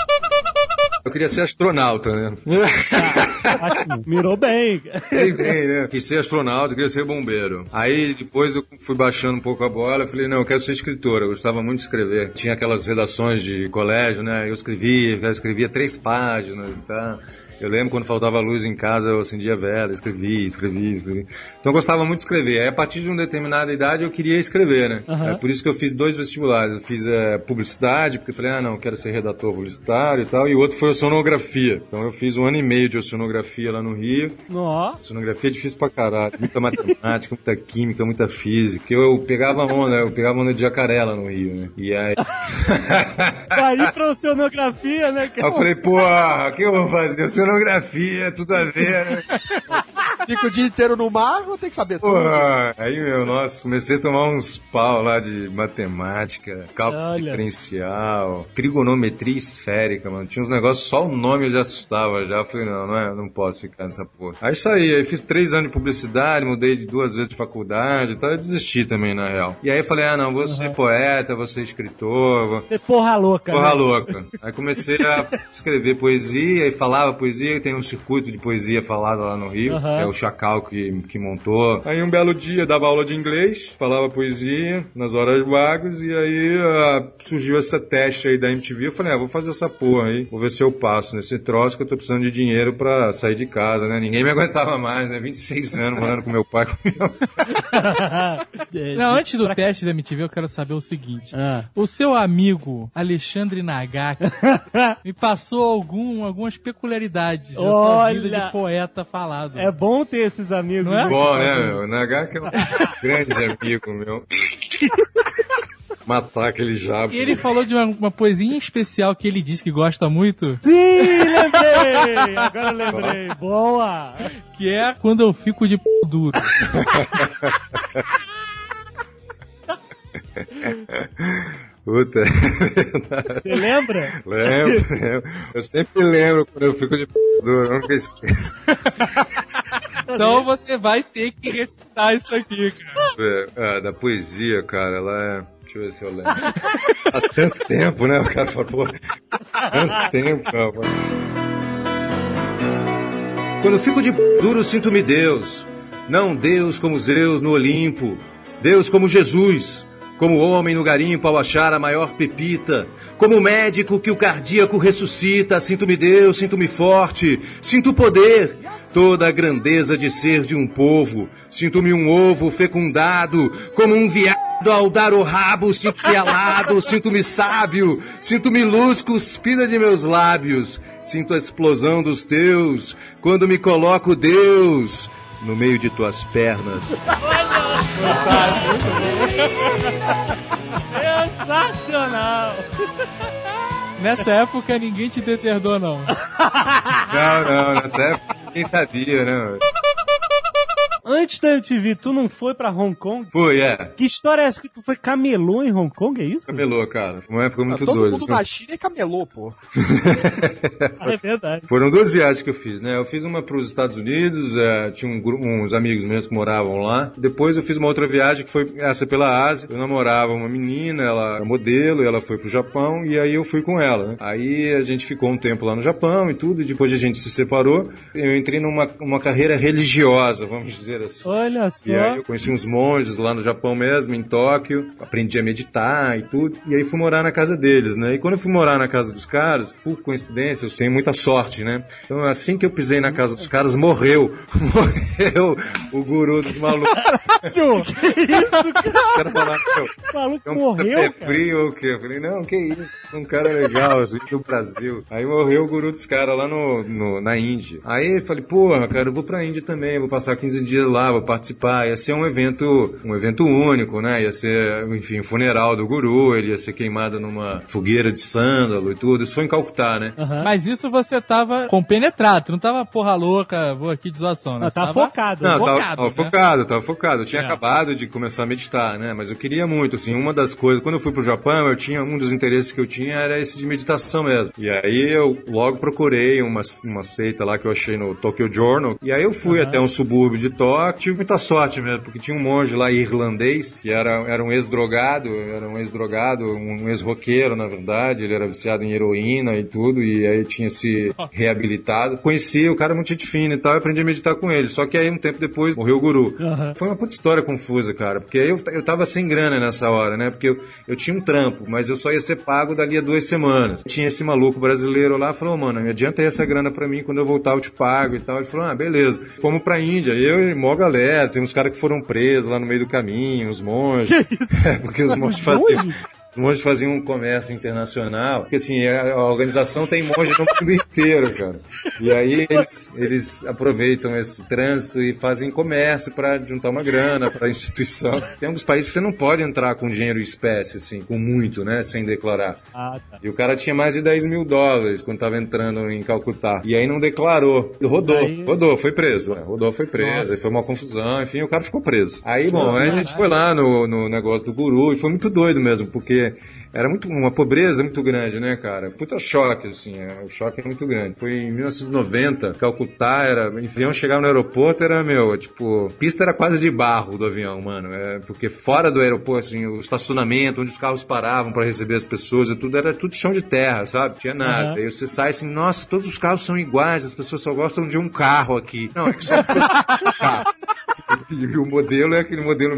Eu queria ser astronauta, né? Ótimo. Mirou bem. Bem, né? Quis ser astronauta, queria ser bombeiro. Aí depois eu fui baixando um pouco a bola, eu falei, não, eu quero ser escritor, eu gostava muito de escrever. Tinha aquelas redações de colégio, né? Eu escrevia 3 páginas e tal. Eu lembro quando faltava luz em casa, eu acendia vela, escrevia. Então eu gostava muito de escrever. Aí a partir de uma determinada idade eu queria escrever, né? É por isso que eu fiz 2 vestibulares. Eu fiz publicidade, porque eu falei, não, eu quero ser redator publicitário e tal. E o outro foi oceanografia. Então eu fiz 1 ano e meio de oceanografia lá no Rio. Oceanografia é difícil pra caralho. Muita matemática, muita química, muita física. Eu pegava onda de jacaré lá no Rio, né? E aí... Daí pra oceanografia, né? Eu falei, porra, o que eu vou fazer? Oceanografia, tudo a ver, né? Fica o dia inteiro no mar, vou ter que saber tudo. Aí, comecei a tomar uns pau lá de matemática, cálculo diferencial, trigonometria esférica, mano. Tinha uns negócios, só o nome eu já assustava já. Eu falei, não posso ficar nessa porra. Aí saí, aí fiz 3 anos de publicidade, mudei 2 vezes de faculdade e tal, eu desisti também, na real. E aí falei, vou ser poeta, vou ser escritor. Ser porra louca. Louca. Aí comecei a escrever poesia e falava poesia, tem um circuito de poesia falada lá no Rio, é o Chacal que montou. Aí um belo dia dava aula de inglês, falava poesia nas horas vagas, e aí surgiu essa teste aí da MTV. Eu falei, vou fazer essa porra aí, vou ver se eu passo nesse troço, que eu tô precisando de dinheiro pra sair de casa, né? Ninguém me aguentava mais, né? 26 anos morando com meu pai. Não, antes do teste da MTV, eu quero saber o seguinte. O seu amigo Alexandre Nagaki me passou algumas peculiaridades da sua vida de poeta falado. É bom ter esses amigos. Não é? Bom, né, meu? O Nagaki é um grande amigo meu. Matar aquele jabo. E ele falou de uma poesia especial que ele disse que gosta muito. Sim, lembrei! Agora eu lembrei. Boa! Que é Quando Eu Fico de p*** duro. Puta, é verdade. Você lembra? Lembro. Eu sempre lembro quando eu fico de p*** duro, eu nunca esqueço. Então você vai ter que recitar isso aqui, cara. Da poesia, cara, ela é... Deixa eu ver se eu lembro. Faz tanto tempo, né? O cara falou, tanto tempo, cara. Quando eu fico de p*** duro, sinto-me Deus. Não Deus como Zeus no Olimpo. Deus como Jesus. Como homem no garimpo ao achar a maior pepita. Como médico que o cardíaco ressuscita. Sinto-me Deus, sinto-me forte. Sinto o poder. Toda a grandeza de ser de um povo. Sinto-me um ovo fecundado. Como um viado ao dar o rabo. Sinto-me alado, sinto-me sábio. Sinto-me luz cuspida de meus lábios. Sinto a explosão dos teus. Quando me coloco Deus no meio de tuas pernas. Sensacional! Nessa época ninguém te deterdou, não. Não, nessa época ninguém sabia, né? Antes da MTV, tu não foi pra Hong Kong? Foi, Que história é essa que tu foi camelô em Hong Kong, é isso? Camelô, cara. Foi uma época muito todo doida. Todo mundo na China é camelô, pô. É verdade. Foram 2 viagens que eu fiz, né? Eu fiz uma pros Estados Unidos, tinha uns amigos meus que moravam lá. Depois eu fiz uma outra viagem que foi essa pela Ásia. Eu namorava uma menina, ela é modelo, e ela foi pro Japão, e aí eu fui com ela, né? Aí a gente ficou um tempo lá no Japão e tudo, e depois a gente se separou. Eu entrei numa carreira religiosa, vamos dizer assim. Olha só. E aí eu conheci uns monges lá no Japão mesmo, em Tóquio, aprendi a meditar e tudo, e aí fui morar na casa deles, né? E quando eu fui morar na casa dos caras, por coincidência, eu tenho muita sorte, né? Então assim que eu pisei na casa dos caras, morreu o guru dos malucos. Caralho! Que isso, cara? Os caras falaram, o maluco morreu, é frio ou o quê? Eu falei, não, que isso, um cara legal, assim, do Brasil. Aí morreu o guru dos caras lá na Índia. Aí eu falei, porra, cara, eu vou pra Índia também, vou passar 15 dias lá, vou participar, ia ser um evento único, né? Ia ser, enfim, o funeral do guru, ele ia ser queimado numa fogueira de sândalo e tudo. Isso foi em Calcutá, né? Mas isso você tava compenetrado, não tava porra louca, vou aqui de zoação, né? Tava focado. Não, focado, tava focado. Eu tinha acabado de começar a meditar, né? Mas eu queria muito, assim, uma das coisas, quando eu fui pro Japão, um dos interesses que eu tinha era esse de meditação mesmo. E aí eu logo procurei uma seita lá que eu achei no Tokyo Journal, e aí eu fui até um subúrbio de Tóquio. Tive muita sorte mesmo, porque tinha um monge lá irlandês, que era um ex-drogado, um ex-roqueiro, na verdade, ele era viciado em heroína e tudo, e aí tinha se reabilitado. Conheci o cara muito gente fina e tal, e aprendi a meditar com ele, só que aí um tempo depois morreu o guru. Foi uma puta história confusa, cara, porque aí eu tava sem grana nessa hora, né, porque eu tinha um trampo, mas eu só ia ser pago dali a 2 semanas. Tinha esse maluco brasileiro lá, falou, mano, me adianta aí essa grana pra mim, quando eu voltar eu te pago e tal. Ele falou, beleza. Fomos pra Índia, eu e mó galera, tem uns caras que foram presos lá no meio do caminho, os monges. Que isso? Porque os monges faziam... Os monges faziam um comércio internacional, porque assim, a organização tem monge no mundo inteiro, cara. E aí eles aproveitam esse trânsito e fazem comércio para juntar uma grana para a instituição. Tem alguns países que você não pode entrar com dinheiro em espécie, assim, com muito, né, sem declarar. Tá. E o cara tinha mais de $10 mil quando tava entrando em Calcutá. E aí não declarou. Rodou, foi preso. Aí foi uma confusão, enfim, o cara ficou preso. Aí, bom, aí a gente foi lá no negócio do guru e foi muito doido mesmo, porque Era uma pobreza muito grande, né, cara? Puta choque, assim, o choque é muito grande. Foi em 1990, Calcutá o avião chegava no aeroporto, pista era quase de barro do avião, mano. Porque fora do aeroporto, assim, o estacionamento, onde os carros paravam pra receber as pessoas e tudo, era tudo chão de terra, sabe? Tinha nada. Aí você sai assim, nossa, todos os carros são iguais, as pessoas só gostam de um carro aqui. Não, é que só um carro. E o modelo é aquele modelo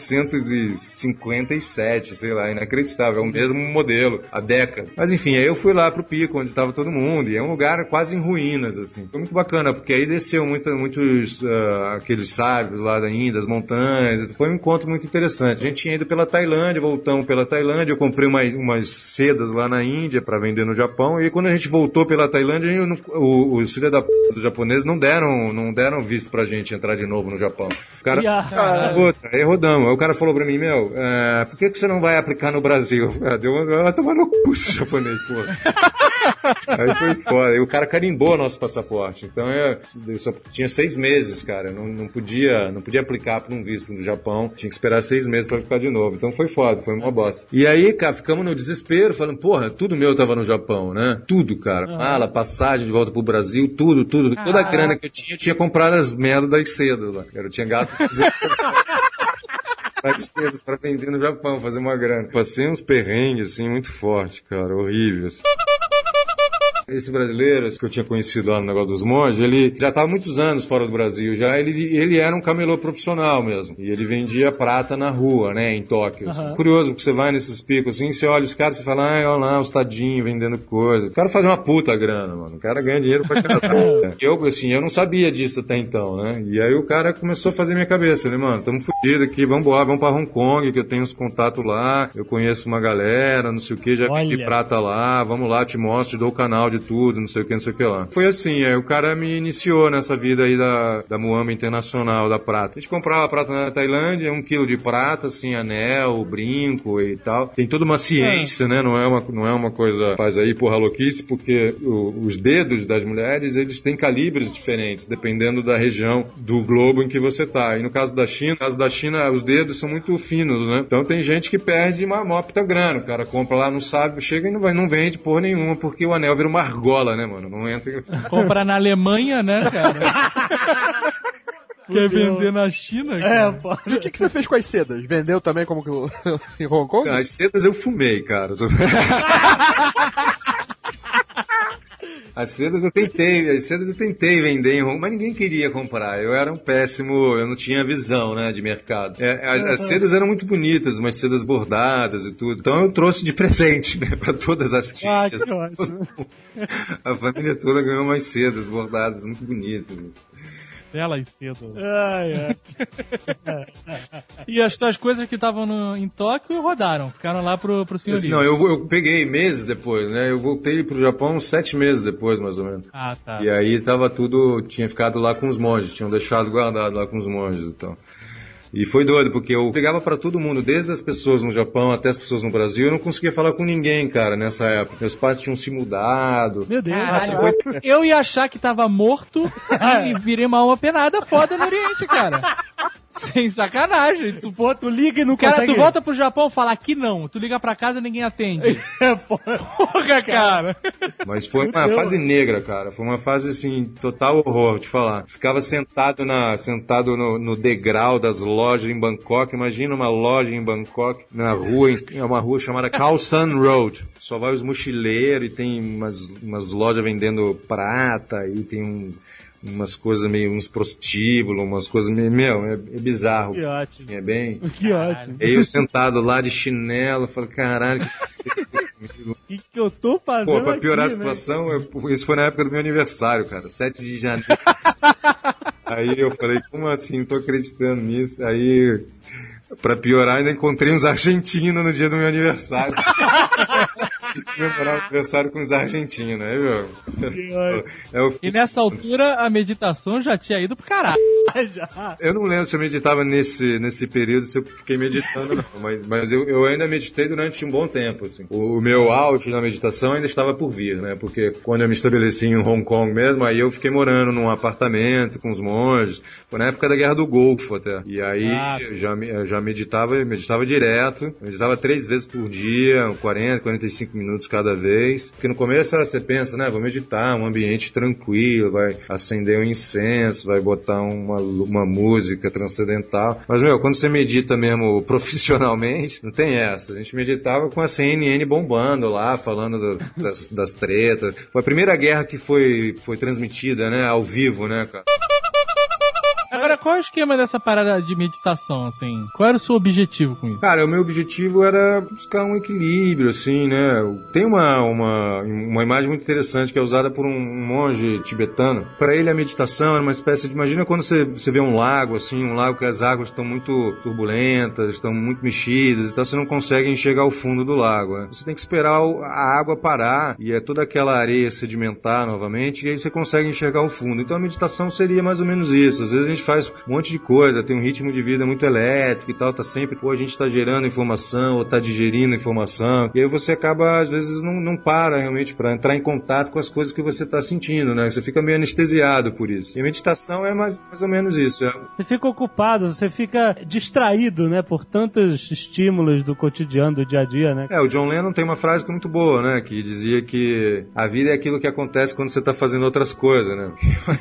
1957, sei lá, inacreditável, é o mesmo modelo, a década. Mas enfim, aí eu fui lá pro pico, onde tava todo mundo, e é um lugar quase em ruínas, assim. Foi muito bacana, porque aí desceu muitos aqueles sábios lá da Índia, das montanhas, foi um encontro muito interessante. A gente tinha ido pela Tailândia, voltamos pela Tailândia, eu comprei umas sedas lá na Índia pra vender no Japão, e quando a gente voltou pela Tailândia, os filhos da p dos japoneses não deram visto pra gente entrar de novo no Japão. O cara, aí rodamos. Aí o cara falou pra mim, por que você não vai aplicar no Brasil? Vai tomar no curso japonês, pô. Aí foi foda. E o cara carimbou nosso passaporte. Então eu só tinha 6 meses, cara. Não podia aplicar pra um visto no Japão. Tinha que esperar 6 meses pra ficar de novo. Então foi foda, foi uma bosta. E aí, cara, ficamos no desespero, falando, porra, tudo meu tava no Japão, né? Tudo, cara. Mala, passagem de volta pro Brasil, tudo. Toda a grana que eu tinha comprado as merdas das sedas lá. Eu tinha gasto cedo pra vender no Japão, fazer uma grana. Passei uns perrengues, assim, muito forte, cara, horrível, assim. Esse brasileiro que eu tinha conhecido lá no negócio dos monges, ele já estava muitos anos fora do Brasil, ele era um camelô profissional mesmo, e ele vendia prata na rua, né, em Tóquio. Assim. Curioso, porque você vai nesses picos assim, você olha os caras, você fala, olha lá, os tadinhos vendendo coisa. O cara faz uma puta grana, mano, o cara ganha dinheiro pra caralho. Eu não sabia disso até então, né, e aí o cara começou a fazer minha cabeça, falei, mano, tamo fudido aqui, vamos pra Hong Kong, que eu tenho uns contatos lá, eu conheço uma galera, não sei o que, já vendi prata lá, vamos lá, te mostro, te dou o canal de tudo, não sei o que lá. Foi assim, aí o cara me iniciou nessa vida aí da Muamba Internacional da prata. A gente comprava prata na Tailândia, 1 quilo de prata, assim, anel, brinco e tal. Tem toda uma ciência, né? Não é uma coisa faz aí porra louquice, porque os dedos das mulheres, eles têm calibres diferentes, dependendo da região do globo em que você tá. E no caso da China, os dedos são muito finos, né? Então tem gente que perde uma puta grana. O cara compra lá, não sabe, chega e não vende porra nenhuma, porque o anel vira uma argola, né, mano? Não entra. Comprar na Alemanha, né, cara? Quer vender na China, cara? Pô. E o que você fez com as sedas? Vendeu também como que em Hong Kong? As sedas eu fumei, cara. As sedas eu tentei vender em Hong Kong, mas ninguém queria comprar. Eu era um péssimo, eu não tinha visão, né, de mercado. As sedas eram muito bonitas, umas sedas bordadas e tudo. Então eu trouxe de presente, né, pra todas as tias. Que ótimo. A família toda ganhou umas sedas bordadas muito bonitas. Belas cedo. E as tuas coisas que estavam em Tóquio rodaram, ficaram lá pro senhorio. Não, eu peguei meses depois, né? Eu voltei pro Japão 7 meses depois, mais ou menos. Ah, tá. E aí tinha ficado lá com os monges, tinham deixado guardado lá com os monges e tal. E foi doido, porque eu pegava pra todo mundo, desde as pessoas no Japão até as pessoas no Brasil, eu não conseguia falar com ninguém, cara, nessa época. Meus pais tinham se mudado. Meu Deus. Eu ia achar que tava morto e virei uma alma penada foda no Oriente, cara. Sem sacanagem. Tu liga e não consegue... Cara, tu volta pro Japão e fala, aqui não. Tu liga pra casa e ninguém atende. Porra, cara. Mas foi uma fase negra, cara. Foi uma fase, assim, total horror, vou te falar. Ficava sentado no degrau das lojas em Bangkok. Imagina uma loja em Bangkok, na rua, é uma rua chamada Khao San Road. Só vai os mochileiros e tem umas lojas vendendo prata e tem umas coisas meio, uns prostíbulos, umas coisas meio, é bizarro. Que ótimo. É bem... Que ótimo. Aí eu sentado lá de chinelo, falei, caralho, o que eu tô fazendo? Pô, pra piorar aqui, a situação, né? Isso foi na época do meu aniversário, cara, 7 de janeiro. Aí eu falei, como assim, não tô acreditando nisso. Aí, pra piorar, ainda encontrei uns argentinos no dia do meu aniversário. comemorar o aniversário com os argentinos, né, meu? E nessa altura a meditação já tinha ido pro caralho. Já. Eu não lembro se eu meditava nesse período, se eu fiquei meditando, não. Mas eu ainda meditei durante um bom tempo, assim. O meu auge na meditação ainda estava por vir, né? Porque quando eu me estabeleci em Hong Kong mesmo, aí eu fiquei morando num apartamento com os monges. Foi na época da Guerra do Golfo até. E aí eu já meditava direto. Meditava 3 vezes por dia, 40, 45 minutos cada vez. Porque no começo você pensa, né? Vou meditar, um ambiente tranquilo, vai acender um incenso, vai botar uma música transcendental. Mas, quando você medita mesmo profissionalmente, não tem essa. A gente meditava com a CNN bombando lá, falando das tretas. Foi a primeira guerra que foi transmitida, né, ao vivo, né, cara? Agora, qual é o esquema dessa parada de meditação, assim? Qual era o seu objetivo com isso? Cara, o meu objetivo era buscar um equilíbrio, assim, né? Tem uma imagem muito interessante que é usada por um monge tibetano. Para ele, a meditação era uma espécie de... Imagina quando você vê um lago, assim, um lago que as águas estão muito turbulentas, estão muito mexidas, então você não consegue enxergar o fundo do lago, né? Você tem que esperar a água parar e é toda aquela areia sedimentar novamente, e aí você consegue enxergar o fundo. Então a meditação seria mais ou menos isso. Às vezes a gente faz um monte de coisa, tem um ritmo de vida muito elétrico e tal, tá sempre, a gente tá gerando informação ou tá digerindo informação, e aí você acaba, às vezes, não para realmente para entrar em contato com as coisas que você tá sentindo, né? Você fica meio anestesiado por isso. E a meditação é mais ou menos isso. Você fica ocupado, você fica distraído, né? Por tantos estímulos do cotidiano, do dia a dia, né? O John Lennon tem uma frase que é muito boa, né? Que dizia que a vida é aquilo que acontece quando você tá fazendo outras coisas, né?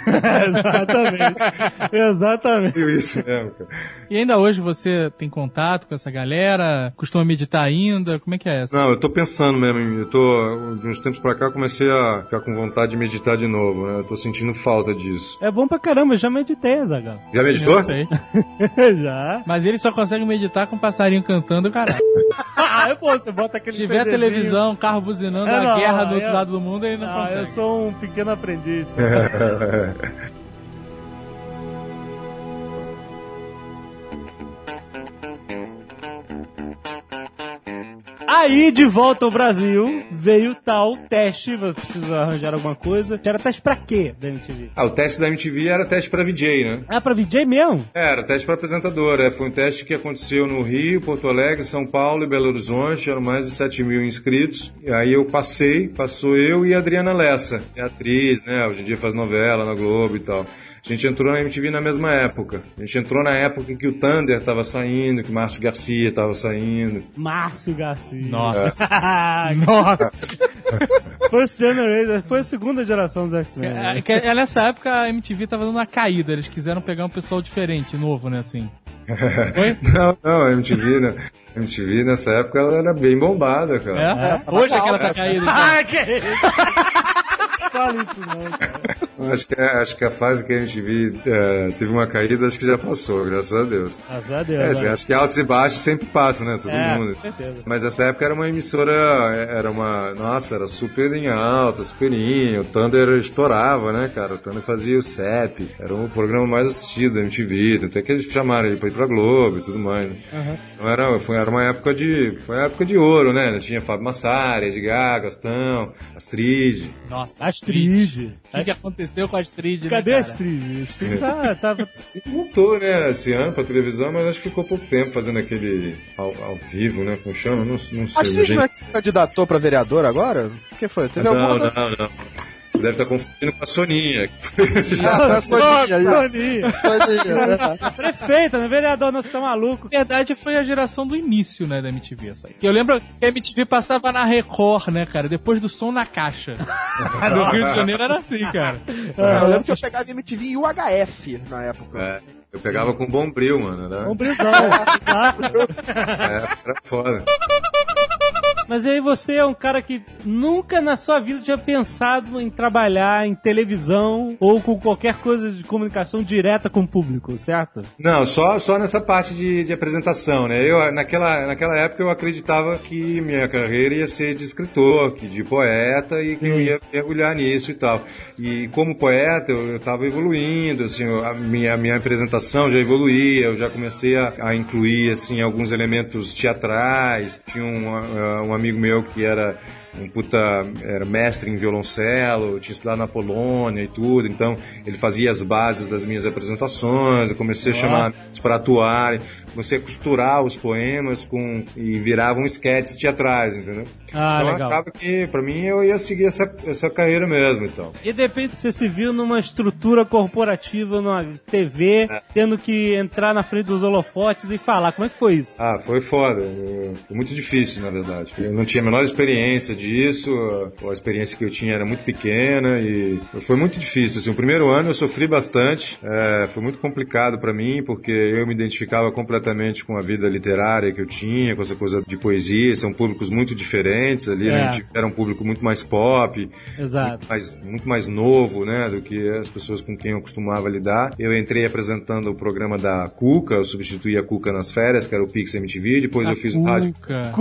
Exatamente. Isso mesmo, cara. E ainda hoje você tem contato com essa galera? Costuma meditar ainda? Como é que é essa? Não, eu tô pensando mesmo. De uns tempos pra cá, comecei a ficar com vontade de meditar de novo, né? Eu tô sentindo falta disso. É bom pra caramba, eu já meditei, Zagal. Já meditou? Eu sei. Já. Mas ele só consegue meditar com um passarinho cantando, caralho. Pô, você bota aquele Se tiver CDzinho. televisão, carro buzinando, a guerra do outro lado do mundo, ele não consegue. Eu sou um pequeno aprendiz. Aí, de volta ao Brasil, veio tal teste, você precisa arranjar alguma coisa. Era teste pra quê da MTV? O teste da MTV era teste pra VJ, né? Ah, pra VJ mesmo? Era teste pra apresentador. Foi um teste que aconteceu no Rio, Porto Alegre, São Paulo e Belo Horizonte. Eram mais de 7 mil inscritos. E aí eu passou eu e a Adriana Lessa, que é atriz, né? Hoje em dia faz novela na Globo e tal. A gente entrou na MTV na mesma época. A gente entrou na época em que o Thunder tava saindo, que o Márcio Garcia tava saindo. Márcio Garcia. Nossa. Nossa. First Generation, foi a segunda geração dos X-Men. Né? Nessa época a MTV tava dando uma caída. Eles quiseram pegar um pessoal diferente, novo, né, assim. Foi? Não, a MTV nessa época ela era bem bombada, cara. É? Hoje é que ela tá caída. Ah, que isso? Fala isso não, cara. Acho que a fase que a MTV teve uma caída, acho que já passou, graças a Deus. Graças a Deus. Acho que altos e baixos sempre passa, né? Todo mundo. Com certeza. Mas essa época era uma emissora, era super em alta, super in. O Thunder estourava, né, cara? O Thunder fazia o CEP, era o programa mais assistido da MTV, até que eles chamaram ele pra ir pra Globo e tudo mais, né? Então era uma época de ouro, né? Tinha Fábio Massari, Edgar, Gastão, Astrid. Nossa, Astrid. O que aconteceu com a Astrid? Cadê né, a Astrid? A Astrid tava... Voltou, né, esse ano pra televisão, mas acho que ficou pouco tempo fazendo aquele ao vivo, né, como chama? Não sei. A Astrid não é que se candidatou pra vereador agora? O que foi? Teve não. Você deve estar confundindo com a Soninha. A Soninha. Prefeita, né? Vereador, não, você tá maluco. Na verdade, foi a geração do início, né, da MTV, essa aí. Que eu lembro que a MTV passava na Record, né, cara, depois do Som na Caixa. No Rio de Janeiro era assim, cara. Eu lembro que eu pegava MTV em UHF na época. Eu pegava com Bombril, mano, né? Bombrilzão. Era foda. Mas aí você é um cara que nunca na sua vida tinha pensado em trabalhar em televisão ou com qualquer coisa de comunicação direta com o público, certo? Não, só nessa parte de apresentação, né? Eu, naquela época eu acreditava que minha carreira ia ser de escritor, de poeta e que eu ia mergulhar nisso e tal. E como poeta eu estava evoluindo, assim, a minha apresentação já evoluía, eu já comecei a incluir, assim, alguns elementos teatrais. Tinha um amigo meu que era era mestre em violoncelo, tinha estudado na Polônia e tudo, então ele fazia as bases das minhas apresentações, eu comecei a chamar amigos para atuarem, comecei a costurar os poemas e viravam esquetes teatrais, entendeu? Então legal. eu achava que, pra mim, eu ia seguir essa carreira mesmo, então. E de repente você se viu numa estrutura corporativa, numa TV, tendo que entrar na frente dos holofotes e falar. Como é que foi isso? Foi foda. Foi muito difícil, na verdade. Eu não tinha a menor experiência disso, a experiência que eu tinha era muito pequena e foi muito difícil. Assim, o primeiro ano eu sofri bastante, foi muito complicado pra mim, porque eu me identificava completamente com a vida literária que eu tinha, com essa coisa de poesia, são públicos muito diferentes ali, né? A gente era um público muito mais pop, exato, muito mais novo, né, do que as pessoas com quem eu costumava lidar. Eu entrei apresentando o programa da Cuca, eu substituí a Cuca nas férias, que era o Pix MTV, depois eu fiz o rádio.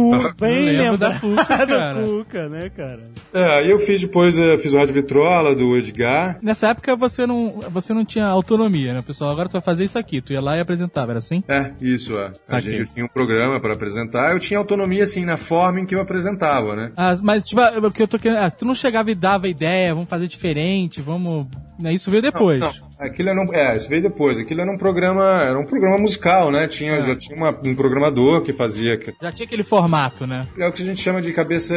Bem lembro da Cuca, cara. Cuca, né, cara? Aí eu fiz depois, fiz o Rádio Vitrola, do Edgar. Nessa época você não tinha autonomia, né, pessoal? Agora tu vai fazer isso aqui, tu ia lá e apresentava, era assim? Isso. A gente tinha um programa para apresentar, eu tinha autonomia, assim, na forma em que eu apresentava, né? Mas, tipo, o que eu tô querendo... tu não chegava e dava ideia, vamos fazer diferente, vamos... Isso veio depois. Não. Aquilo isso veio depois. Aquilo era um programa musical, né? Já tinha um programador que fazia... Já tinha aquele formato, né? É o que a gente chama de cabeça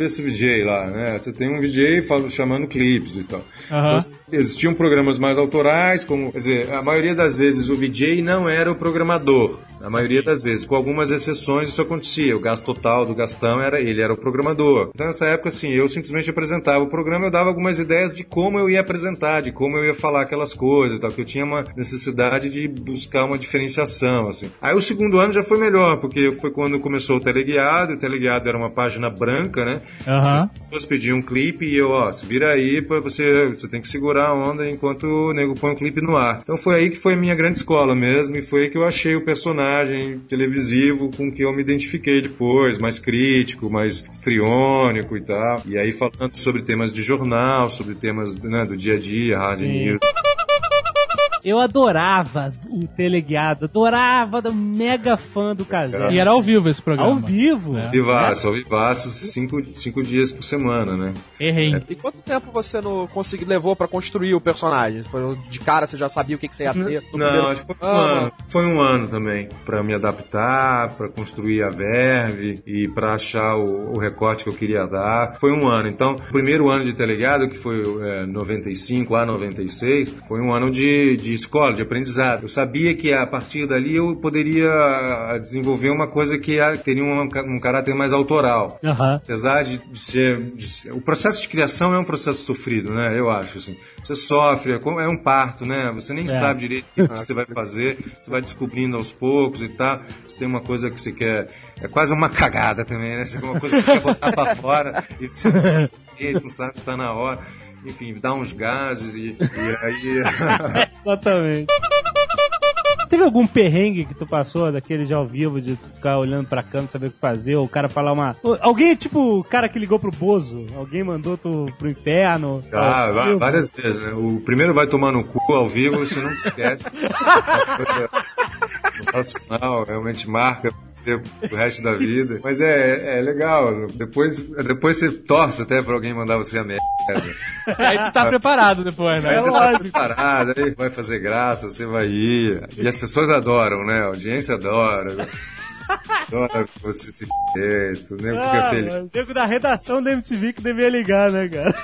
VJ lá, né? Você tem um VJ chamando clipes e tal. Então, existiam programas mais autorais, como... Quer dizer, a maioria das vezes o VJ não era o programador. A maioria das vezes. Com algumas exceções isso acontecia. O Gasto Total do Gastão ele era o programador. Então nessa época, assim, eu simplesmente apresentava o programa, eu dava algumas ideias de como eu ia apresentar, de como eu ia falar aquelas coisas e tal, que eu tinha uma necessidade de buscar uma diferenciação, assim. Aí o segundo ano já foi melhor, porque foi quando começou o Teleguiado era uma página branca, né? As pessoas pediam um clipe e se vira aí, você tem que segurar a onda enquanto o nego põe um clipe no ar. Então foi aí que foi a minha grande escola mesmo, e foi aí que eu achei o personagem televisivo com que eu me identifiquei depois, mais crítico, mais histriônico e tal. E aí falando sobre temas de jornal, sobre temas, né, do dia a dia, rádio news. Eu adorava o Teleguiado, mega fã do Casé. E era ao vivo esse programa. Ao vivo? Ao vivaço, 5 dias por semana, né? Errei. E quanto tempo você levou pra construir o personagem? Foi de cara, você já sabia o que você ia ser? Não, acho que foi um ano também, pra me adaptar, pra construir a verve e pra achar o recorte que eu queria dar. Foi um ano. Então, o primeiro ano de Teleguiado, que foi 95 a 96, foi um ano de escola, de aprendizado. Eu sabia que a partir dali eu poderia desenvolver uma coisa que teria um caráter mais autoral. Apesar de ser... O processo de criação é um processo sofrido, né? Eu acho, assim. Você sofre, é um parto, né? Você nem sabe direito o que você vai fazer, você vai descobrindo aos poucos e tal. Você tem uma coisa que você quer... É quase uma cagada também, né? Você tem uma coisa que você quer botar pra fora e você não sabe se tá na hora. Enfim, dá uns gases e aí... Exatamente. Teve algum perrengue que tu passou daquele de ao vivo, de tu ficar olhando pra câmera, saber o que fazer, ou o cara falar uma... Alguém, tipo, o cara que ligou pro Bozo, alguém mandou tu pro inferno? Várias vezes, né? O primeiro vai tomar no cu ao vivo, você nunca esquece. Sensacional, realmente marca o resto da vida. Mas é legal. Depois você torce até pra alguém mandar você a merda. Aí tu tá preparado depois, né? Aí você tá preparado, aí vai fazer graça, você vai ir. E as pessoas adoram, né? A audiência adora. Adora você se tu nem fica feliz. O nego da redação da MTV que devia ligar, né, cara?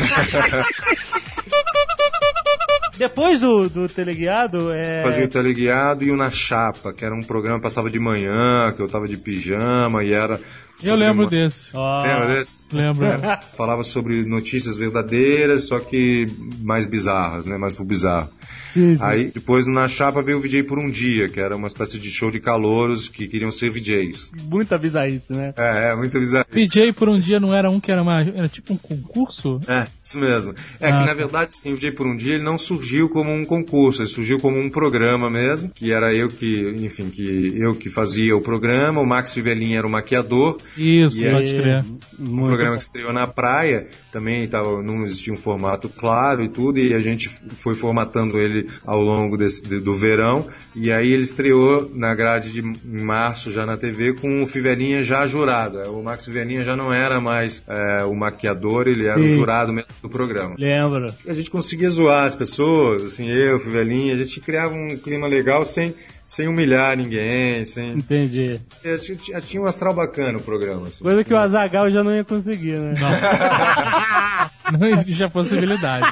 Depois do Teleguiado, Fazia o Teleguiado e o Na Chapa, que era um programa que passava de manhã, que eu tava de pijama e era... Eu lembro desse. Lembra desse? Lembro. Falava sobre notícias verdadeiras, só que mais bizarras, né? Mais pro bizarro. Sim. Aí, depois, na Chapa, veio o VJ por um Dia, que era uma espécie de show de calouros que queriam ser VJs. Muita bizarrice, né? Muita bizarrice. VJ por um Dia não era um que era tipo um concurso? Isso mesmo. Que, na verdade, sim, o VJ por um Dia, ele não surgiu como um concurso, ele surgiu como um programa mesmo, que era eu que fazia o programa, o Max Fivelin era o maquiador, Isso, E pode crer. Um programa que estreou na praia, também não existia um formato claro e tudo, e a gente foi formatando ele ao longo do verão, e aí ele estreou na grade de março já na TV com o Fivelinha já jurado. O Max Fivelinha já não era mais o maquiador, ele era o jurado mesmo do programa. Lembro. A gente conseguia zoar as pessoas, assim, eu, Fivelinha, a gente criava um clima legal sem humilhar ninguém, Entendi. Tinha um astral bacana o programa. Assim. Coisa que o Azaghal já não ia conseguir, né? Não existe a possibilidade.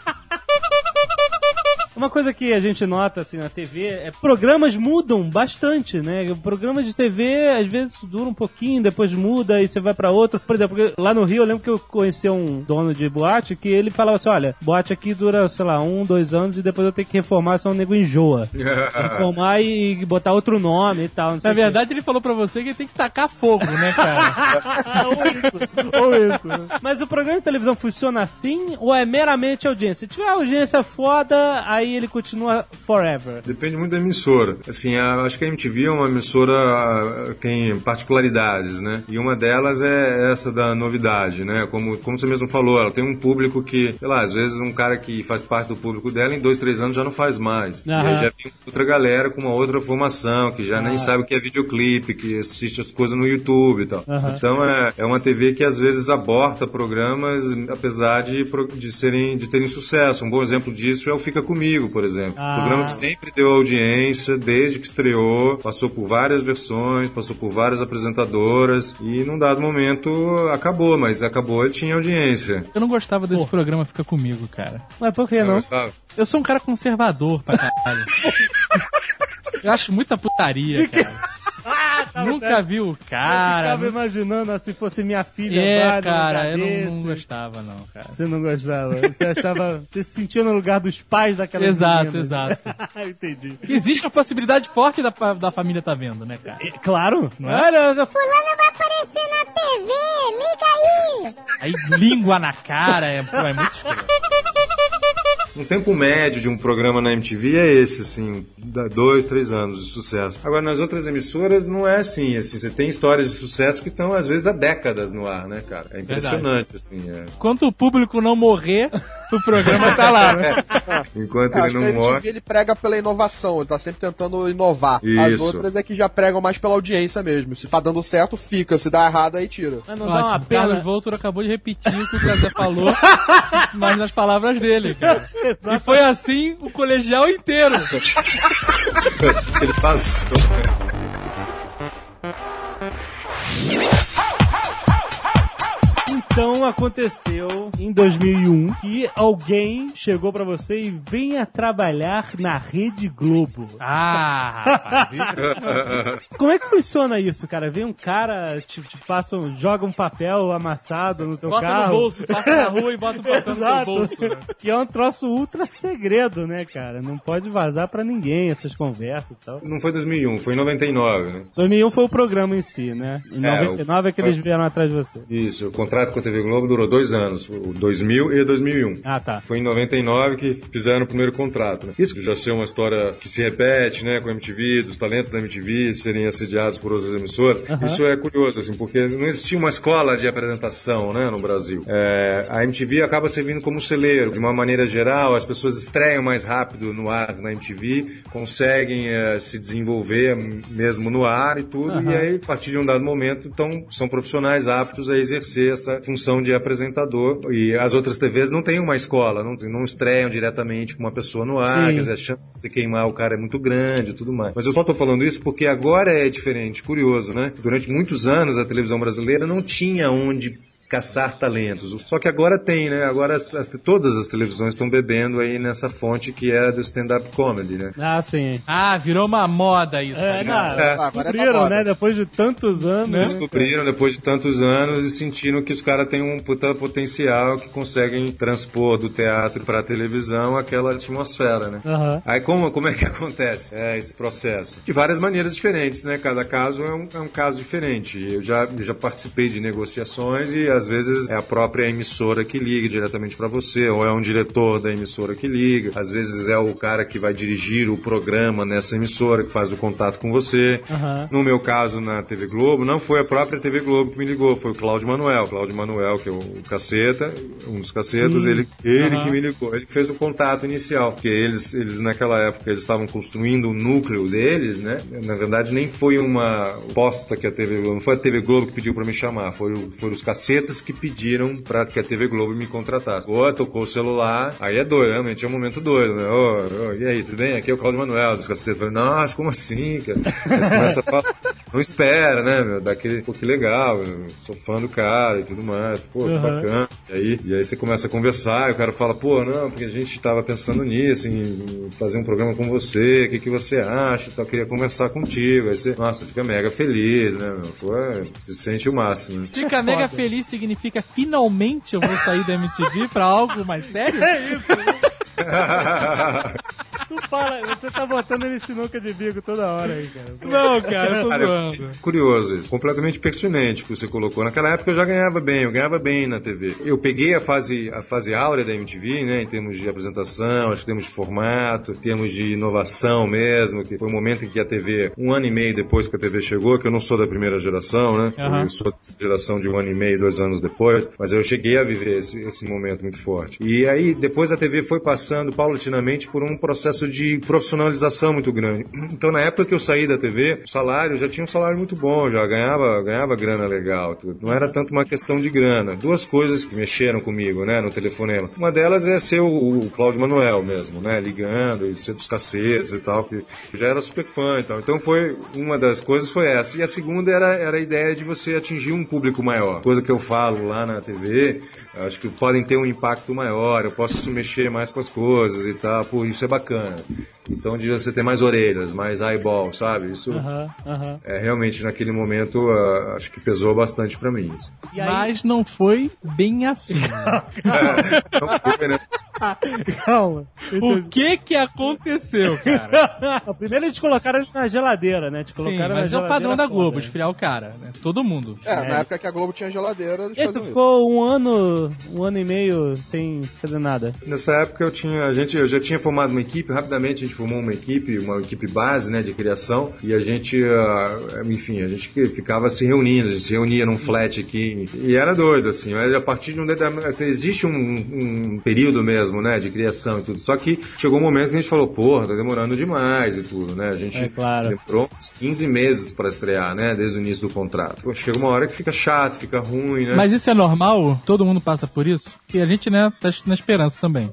Uma coisa que a gente nota assim na TV é que programas mudam bastante, né? O programa de TV às vezes dura um pouquinho, depois muda e você vai pra outro. Por exemplo, lá no Rio eu lembro que eu conheci um dono de boate que ele falava assim, olha, boate aqui dura, sei lá, 1, 2 anos e depois eu tenho que reformar, senão o nego enjoa. Reformar e botar outro nome e tal. Na verdade ele falou pra você que ele tem que tacar fogo, né, cara? ou isso. Mas o programa de televisão funciona assim ou é meramente audiência? Se tiver audiência foda, aí ele continua forever. Depende muito da emissora. Assim, acho que a MTV é uma emissora que tem particularidades, né? E uma delas é essa da novidade, né? Como você mesmo falou, ela tem um público que, sei lá, às vezes um cara que faz parte do público dela em 2, 3 anos já não faz mais. E aí já tem outra galera com uma outra formação, que já nem sabe o que é videoclipe, que assiste as coisas no YouTube e tal. Então é uma TV que às vezes aborta programas, apesar de terem sucesso. Um bom exemplo disso é o Fica Comigo, por exemplo. Programa que sempre deu audiência, desde que estreou, passou por várias versões, passou por várias apresentadoras e num dado momento acabou, mas acabou e tinha audiência. Eu não gostava desse programa Fica Comigo, cara. Mas por que não? Gostava? Eu sou um cara conservador pra caralho. Eu acho muita putaria, cara. Nunca vi o cara. Eu ficava imaginando se fosse minha filha. Cara, eu não gostava, não, cara. Você não gostava? Você achava. Você se sentia no lugar dos pais daquela Exato. Entendi. Existe uma possibilidade forte da família tá vendo, né, cara? Claro, não é? Fulano vai aparecer na TV, liga aí! Aí língua na cara, é muito escuro. Um tempo médio de um programa na MTV é esse, assim, 2, 3 anos de sucesso. Agora, nas outras emissoras não é assim, você tem histórias de sucesso que estão, às vezes, há décadas no ar, né, cara? É impressionante, assim. Enquanto o público não morrer, o programa tá lá, né? Enquanto ele não morre... MTV, ele prega pela inovação, ele tá sempre tentando inovar. Isso. As outras é que já pregam mais pela audiência mesmo. Se tá dando certo, fica. Se dá errado, aí tira. Mas não dá uma O pena. Carlos Voltor acabou de repetir o que o César falou, mas nas palavras dele, cara. E foi assim o colegial inteiro. Ele passou. Então aconteceu em 2001 que alguém chegou pra você e venha trabalhar na Rede Globo. Rapaz. Como é que funciona isso, cara? Vem um cara, joga um papel amassado no teu Bota carro. no bolso, passa na rua e bota o papel no teu bolso. Né? Que é um troço ultra segredo, né, cara? Não pode vazar pra ninguém essas conversas e tal. Não foi 2001, foi em 99, né? 2001 foi o programa em si, né? Em 99 é que eles vieram atrás de você. Isso, o contrato com a TV Globo durou 2 anos, o 2000 e 2001. Ah, tá. Foi em 99 que fizeram o primeiro contrato. Né? Isso já ser uma história que se repete, né, com a MTV, dos talentos da MTV serem assediados por outras emissoras. Isso é curioso, assim, porque não existia uma escola de apresentação, né, no Brasil. A MTV acaba servindo como celeiro. De uma maneira geral, as pessoas estreiam mais rápido no ar na MTV, conseguem se desenvolver mesmo no ar e tudo, e aí, a partir de um dado momento, são profissionais aptos a exercer essa função de apresentador. E as outras TVs não têm uma escola, não estreiam diretamente com uma pessoa no ar, quer dizer, a chance de você queimar o cara é muito grande e tudo mais. Mas eu só tô falando isso porque agora é diferente, curioso, né? Durante muitos anos a televisão brasileira não tinha onde caçar talentos. Só que agora tem, né? Agora todas as televisões estão bebendo aí nessa fonte que é do stand-up comedy, né? Ah, sim. Ah, virou uma moda isso. Descobriram, né? Depois de tantos anos. Né? Descobriram depois de tantos anos e sentiram que os caras têm um puta potencial que conseguem transpor do teatro pra televisão aquela atmosfera, né? Aí como é que acontece esse processo? De várias maneiras diferentes, né? Cada caso é um caso diferente. Eu já participei de negociações e às vezes é a própria emissora que liga diretamente pra você, ou é um diretor da emissora que liga, às vezes é o cara que vai dirigir o programa nessa emissora, que faz o contato com você. No meu caso, na TV Globo, não foi a própria TV Globo que me ligou, foi o Cláudio Manuel, que é o Caceta, um dos Cacetas, ele que me ligou, ele fez o contato inicial, porque eles naquela época, eles estavam construindo o núcleo deles, né? Na verdade, nem foi uma posta que a TV Globo, não foi a TV Globo que pediu pra me chamar, foram os Cacetas que pediram pra que a TV Globo me contratasse. Tocou o celular, aí é doido, realmente é um momento doido, né? E aí, tudo bem? Aqui é o Cláudio Manuel dos Cacetas. Falei, nossa, como assim, cara? Aí começa a falar, não espera, né, meu? Daquele, pô, que legal, eu sou fã do cara e tudo mais, pô, que bacana. E aí você começa a conversar, e o cara fala, pô, não, porque a gente tava pensando nisso, em fazer um programa com você, o que você acha, eu queria conversar contigo. Aí você, nossa, fica mega feliz, né, meu? Pô, se sente o máximo. Né? Fica mega feliz significa finalmente eu vou sair da MTV pra algo mais sério? É isso, né? Tu fala, você tá botando ele sinuca de bico toda hora aí, cara. Não, cara, eu tô zoando. Curioso isso, completamente pertinente que você colocou. Naquela época eu já ganhava bem na TV. Eu peguei a fase áurea da MTV, né, em termos de apresentação, em termos de formato, em termos de inovação mesmo, que foi o momento em que a TV, 1 ano e meio depois que a TV chegou, que eu não sou da primeira geração, né, eu sou da geração de 1 ano e meio, 2 anos depois, mas eu cheguei a viver esse momento muito forte. E aí, depois a TV foi passando paulatinamente por um processo de profissionalização muito grande. Então, na época que eu saí da TV, o salário, já tinha um salário muito bom, já ganhava grana legal, tudo. Não era tanto uma questão de grana. 2 coisas que mexeram comigo, né, no telefonema. Uma delas é ser o Cláudio Manuel mesmo, né, ligando, e ser dos Cacetas e tal, que já era super fã e tal. Então, uma das coisas foi essa. E a segunda era a ideia de você atingir um público maior. Coisa que eu falo lá na TV, acho que podem ter um impacto maior, eu posso mexer mais com as coisas e tal, pô, isso é bacana. Então, de você ter mais orelhas, mais eyeball, sabe? Isso é realmente, naquele momento, acho que pesou bastante pra mim. Assim. Mas não foi bem assim. Não foi, né? Calma. O que aconteceu, cara? Primeiro eles colocaram ele na geladeira, né? Sim, mas é o padrão da Globo, esfriar o cara, né? Todo mundo. Na época que a Globo tinha geladeira, eles faziam tu ficou um ano e meio sem fazer nada. Nessa época eu já tinha formado uma equipe, rapidamente a gente formou uma equipe base, né, de criação, e a gente, enfim, a gente ficava se reunindo, a gente se reunia num flat aqui, e era doido, assim, mas a partir de existe um período mesmo, né, de criação e tudo, só que chegou um momento que a gente falou, porra, tá demorando demais e tudo, né, a gente demorou uns 15 meses pra estrear, né, desde o início do contrato. Pô, chega uma hora que fica chato, fica ruim, né. Mas isso é normal? Todo mundo passa por isso? E a gente, né, tá na esperança também.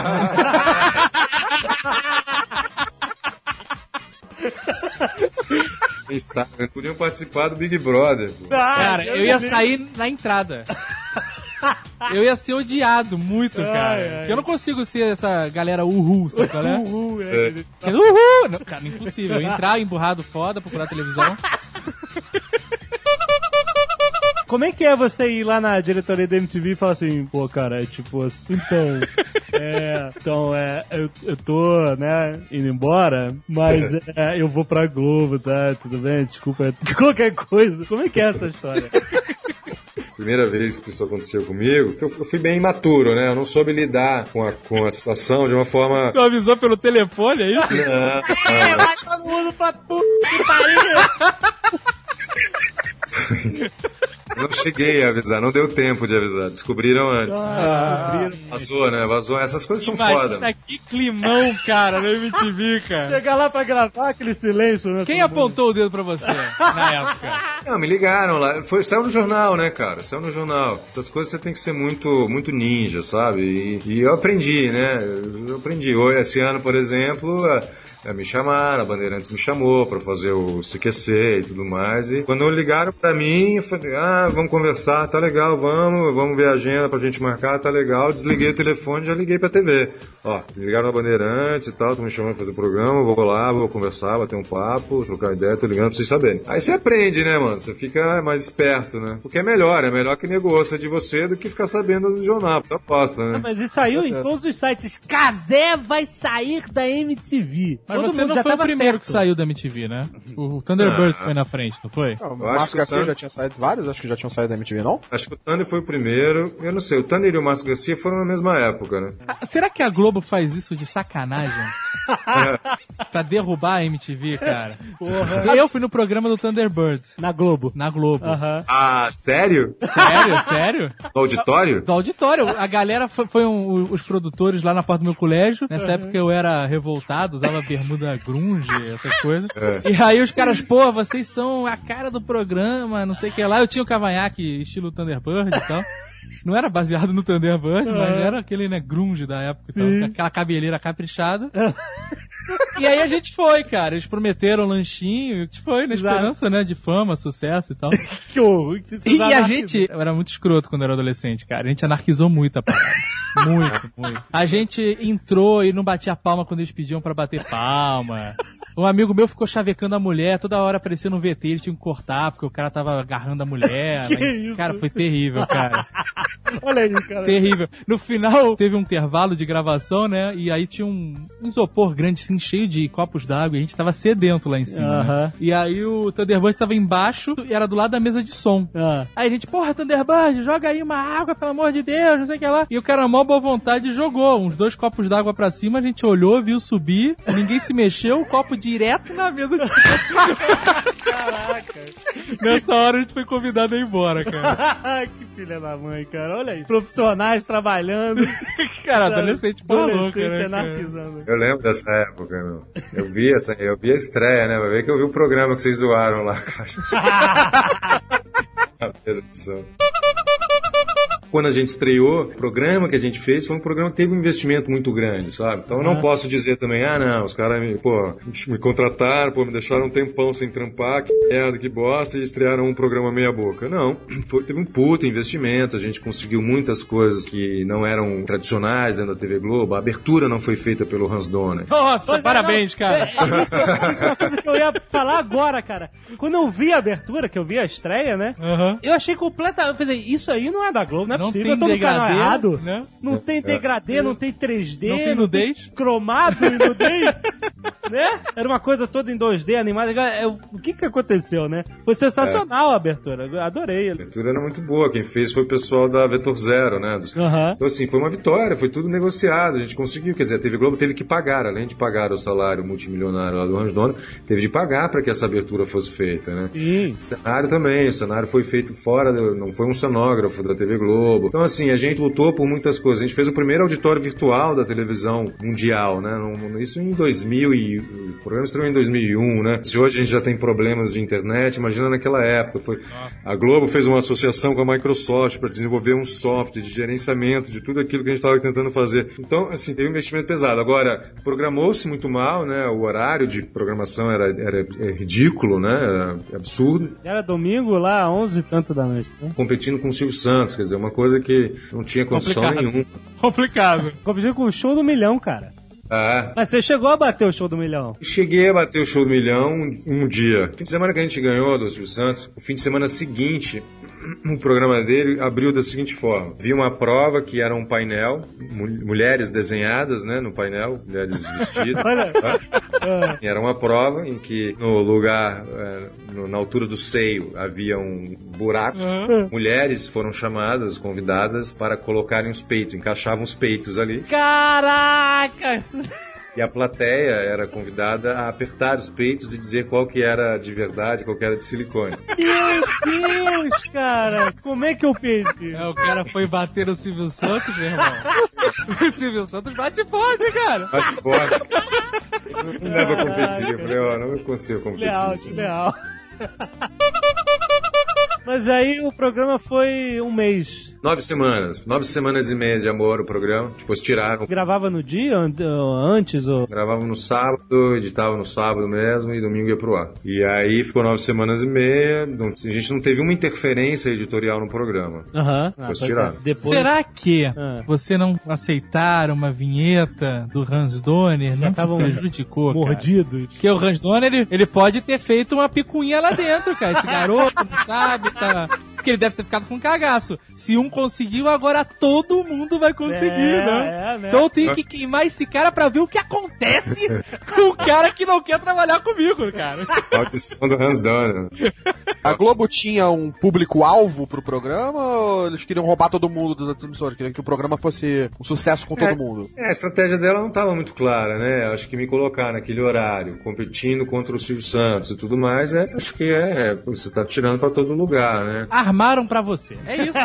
Quem sabe, podiam participar do Big Brother. Cara, eu ia sair na entrada. Eu ia ser odiado muito, cara. Eu não consigo ser essa galera uhul, sabe qual é? Uhul. Não, cara, impossível. Eu entrar emburrado foda, procurar televisão. Como é que é você ir lá na diretoria da MTV e falar assim, pô, cara, é tipo assim, eu tô, né, indo embora, mas eu vou pra Globo, tá? Tudo bem? Desculpa, qualquer coisa. Como é que é essa história? Primeira vez que isso aconteceu comigo, eu fui bem imaturo, né? Eu não soube lidar com a situação de uma forma... Tu avisou pelo telefone, é isso? Não. Vai todo mundo pra puta que pariu! Não cheguei a avisar, não deu tempo de avisar. Descobriram antes. Vazou, né? Vazou. Essas coisas são foda. Que climão, cara, no MTV, cara. Chegar lá pra gravar aquele silêncio, né? Quem apontou o dedo pra você na época? Não, me ligaram lá. Saiu no jornal, né, cara? Saiu no jornal. Essas coisas você tem que ser muito, muito ninja, sabe? E eu aprendi, né? Eu aprendi. Esse ano, por exemplo... me chamaram, a Bandeirantes me chamou pra fazer o CQC e tudo mais. E quando ligaram pra mim, eu falei, vamos conversar, tá legal, vamos ver a agenda pra gente marcar, tá legal. Desliguei o telefone e já liguei pra TV. Ó, me ligaram na Bandeirantes e tal, tô me chamando pra fazer programa, vou lá, vou conversar, bater um papo, trocar ideia, tô ligando pra vocês saberem. Aí você aprende, né, mano? Você fica mais esperto, né? Porque é melhor que negócio de você do que ficar sabendo do jornal, tá aposta, né? Mas isso saiu em todos os sites. Cazé vai sair da MTV. Mas você não foi o primeiro que saiu da MTV, né? O Thunderbird foi na frente, não foi? Não, o Márcio Garcia já tinha saído, vários acho que já tinham saído da MTV, não? Acho que o Thunder foi o primeiro, eu não sei, o Thunder e o Márcio Garcia foram na mesma época, né? Será que a Globo faz isso de sacanagem? Pra derrubar a MTV, cara? Porra. Eu fui no programa do Thunderbird. Na Globo. Na Globo. Ah, sério? Sério? No auditório? Do auditório. A galera os produtores lá na porta do meu colégio. Nessa época eu era revoltado, usava bermuda grunge, essas coisas. E aí os caras, pô, vocês são a cara do programa, não sei o que lá. Eu tinha o cavanhaque estilo Thunderbird e tal. Não era baseado no Thunderbird, mas era aquele, né, grunge da época, então, aquela cabeleira caprichada. E aí a gente foi, cara. Eles prometeram lanchinho, a gente foi na esperança, né, de fama, sucesso e tal. Que horror. E a gente... Eu era muito escroto quando eu era adolescente, cara. A gente anarquizou muito a parada. Muito. A gente entrou e não batia palma quando eles pediam pra bater palma. Um amigo meu ficou chavecando a mulher, toda hora aparecia no VT, eles tinham que cortar, porque o cara tava agarrando a mulher. Mas, cara, foi terrível, cara. Olha aí, cara. Terrível. No final, teve um intervalo de gravação, né? E aí tinha um isopor grande, assim, cheio de copos d'água, e a gente tava sedento lá em cima, né? E aí o Thunderbird tava embaixo e era do lado da mesa de som. Aí a gente, porra, Thunderbird, joga aí uma água, pelo amor de Deus, não sei o que lá. E o cara, mó boa vontade, jogou uns 2 copos d'água pra cima, a gente olhou, viu subir, ninguém se mexeu, o copo direto na mesa de som. Caraca. Nessa hora a gente foi convidado a ir embora, cara. Que filha da mãe, cara. Olha aí. Profissionais trabalhando. Cara, adolescente maluco, né? Anarquizando. Eu lembro dessa época, meu. Eu vi a estreia, né? Vai ver que eu vi o programa que vocês doaram lá, cara. A perdição. Quando a gente estreou, o programa que a gente fez foi um programa que teve um investimento muito grande, sabe? Então eu não posso dizer também, os caras me contrataram, me deixaram um tempão sem trampar, que merda, que bosta, e estrearam um programa meia boca. Não, teve um puta investimento, a gente conseguiu muitas coisas que não eram tradicionais dentro da TV Globo, a abertura não foi feita pelo Hans Donner. Nossa, parabéns, cara. Isso é uma coisa que eu ia falar agora, cara. Quando eu vi a abertura, que eu vi a estreia, né? Eu achei completamente... Eu falei, isso aí não é da Globo, não é possível. Eu tô no canal errado. Né? Não tem degradê, não tem 3D. Não tem nudez. Cromado em nudez. Né? Era uma coisa toda em 2D, animada. O que aconteceu, né? Foi sensacional a abertura. Eu adorei. A abertura era muito boa. Quem fez foi o pessoal da Vetor Zero, né? Então, assim, foi uma vitória. Foi tudo negociado. A gente conseguiu. Quer dizer, a TV Globo teve que pagar. Além de pagar o salário multimilionário lá do Hans Donner, teve de pagar para que essa abertura fosse feita, né? Sim. O cenário também. O cenário foi feito fora. Não foi um cenógrafo da TV Globo. Então, assim, a gente lutou por muitas coisas. A gente fez o primeiro auditório virtual da televisão mundial, né? Isso em 2000 o programa estreou em 2001, né? Se hoje a gente já tem problemas de internet, imagina naquela época. A Globo fez uma associação com a Microsoft para desenvolver um software de gerenciamento de tudo aquilo que a gente estava tentando fazer. Então, assim, teve um investimento pesado. Agora, programou-se muito mal, né? O horário de programação era ridículo, né? Era absurdo. Era domingo lá, 11 e tanto da noite, né? Competindo com o Silvio Santos, quer dizer, uma coisa que não tinha condição nenhuma. Complicado. Competindo com o Show do Milhão, cara. Mas você chegou a bater o Show do Milhão? Cheguei a bater o Show do Milhão um dia. O fim de semana que a gente ganhou do Silvio Santos, o fim de semana seguinte, o programa dele abriu da seguinte forma. Vi uma prova que era um painel, mulheres desenhadas, né, no painel, mulheres vestidas. E era uma prova em que no lugar, na altura do seio, havia um buraco. Mulheres foram chamadas, convidadas para colocarem os peitos, encaixavam os peitos ali. Caraca! E a plateia era convidada a apertar os peitos e dizer qual que era de verdade, qual que era de silicone. Meu Deus, cara! Como é que eu perdi? O cara foi bater o Silvio Santos, meu irmão. O Silvio Santos bate forte, cara. Bate forte. Não dá pra competir. Eu falei, não consigo competir. Leal. Mas aí o programa foi um mês. 9 semanas. 9 semanas e meia de amor o programa. Depois tiraram. Gravava no dia, antes? Ou... Gravava no sábado, editava no sábado mesmo e domingo ia pro ar. E aí ficou 9 semanas e meia. A gente não teve uma interferência editorial no programa. Depois tiraram. Será que você não aceitar uma vinheta do Hans Donner não te prejudicou, mordidos? Porque o Hans Donner, ele pode ter feito uma picuinha lá dentro, cara. Esse garoto não sabe, tá... Porque ele deve ter ficado com cagaço. Se um conseguiu, agora todo mundo vai conseguir, né? Então eu tenho que queimar esse cara pra ver o que acontece com o cara que não quer trabalhar comigo, cara. Maldição do Hans Donner. A Globo tinha um público-alvo pro programa ou eles queriam roubar todo mundo dos outros emissores? Queriam que o programa fosse um sucesso com todo mundo? A estratégia dela não estava muito clara, né? Acho que me colocar naquele horário, competindo contra o Silvio Santos e tudo mais, acho que você tá tirando pra todo lugar, né? Armaram pra você. É isso,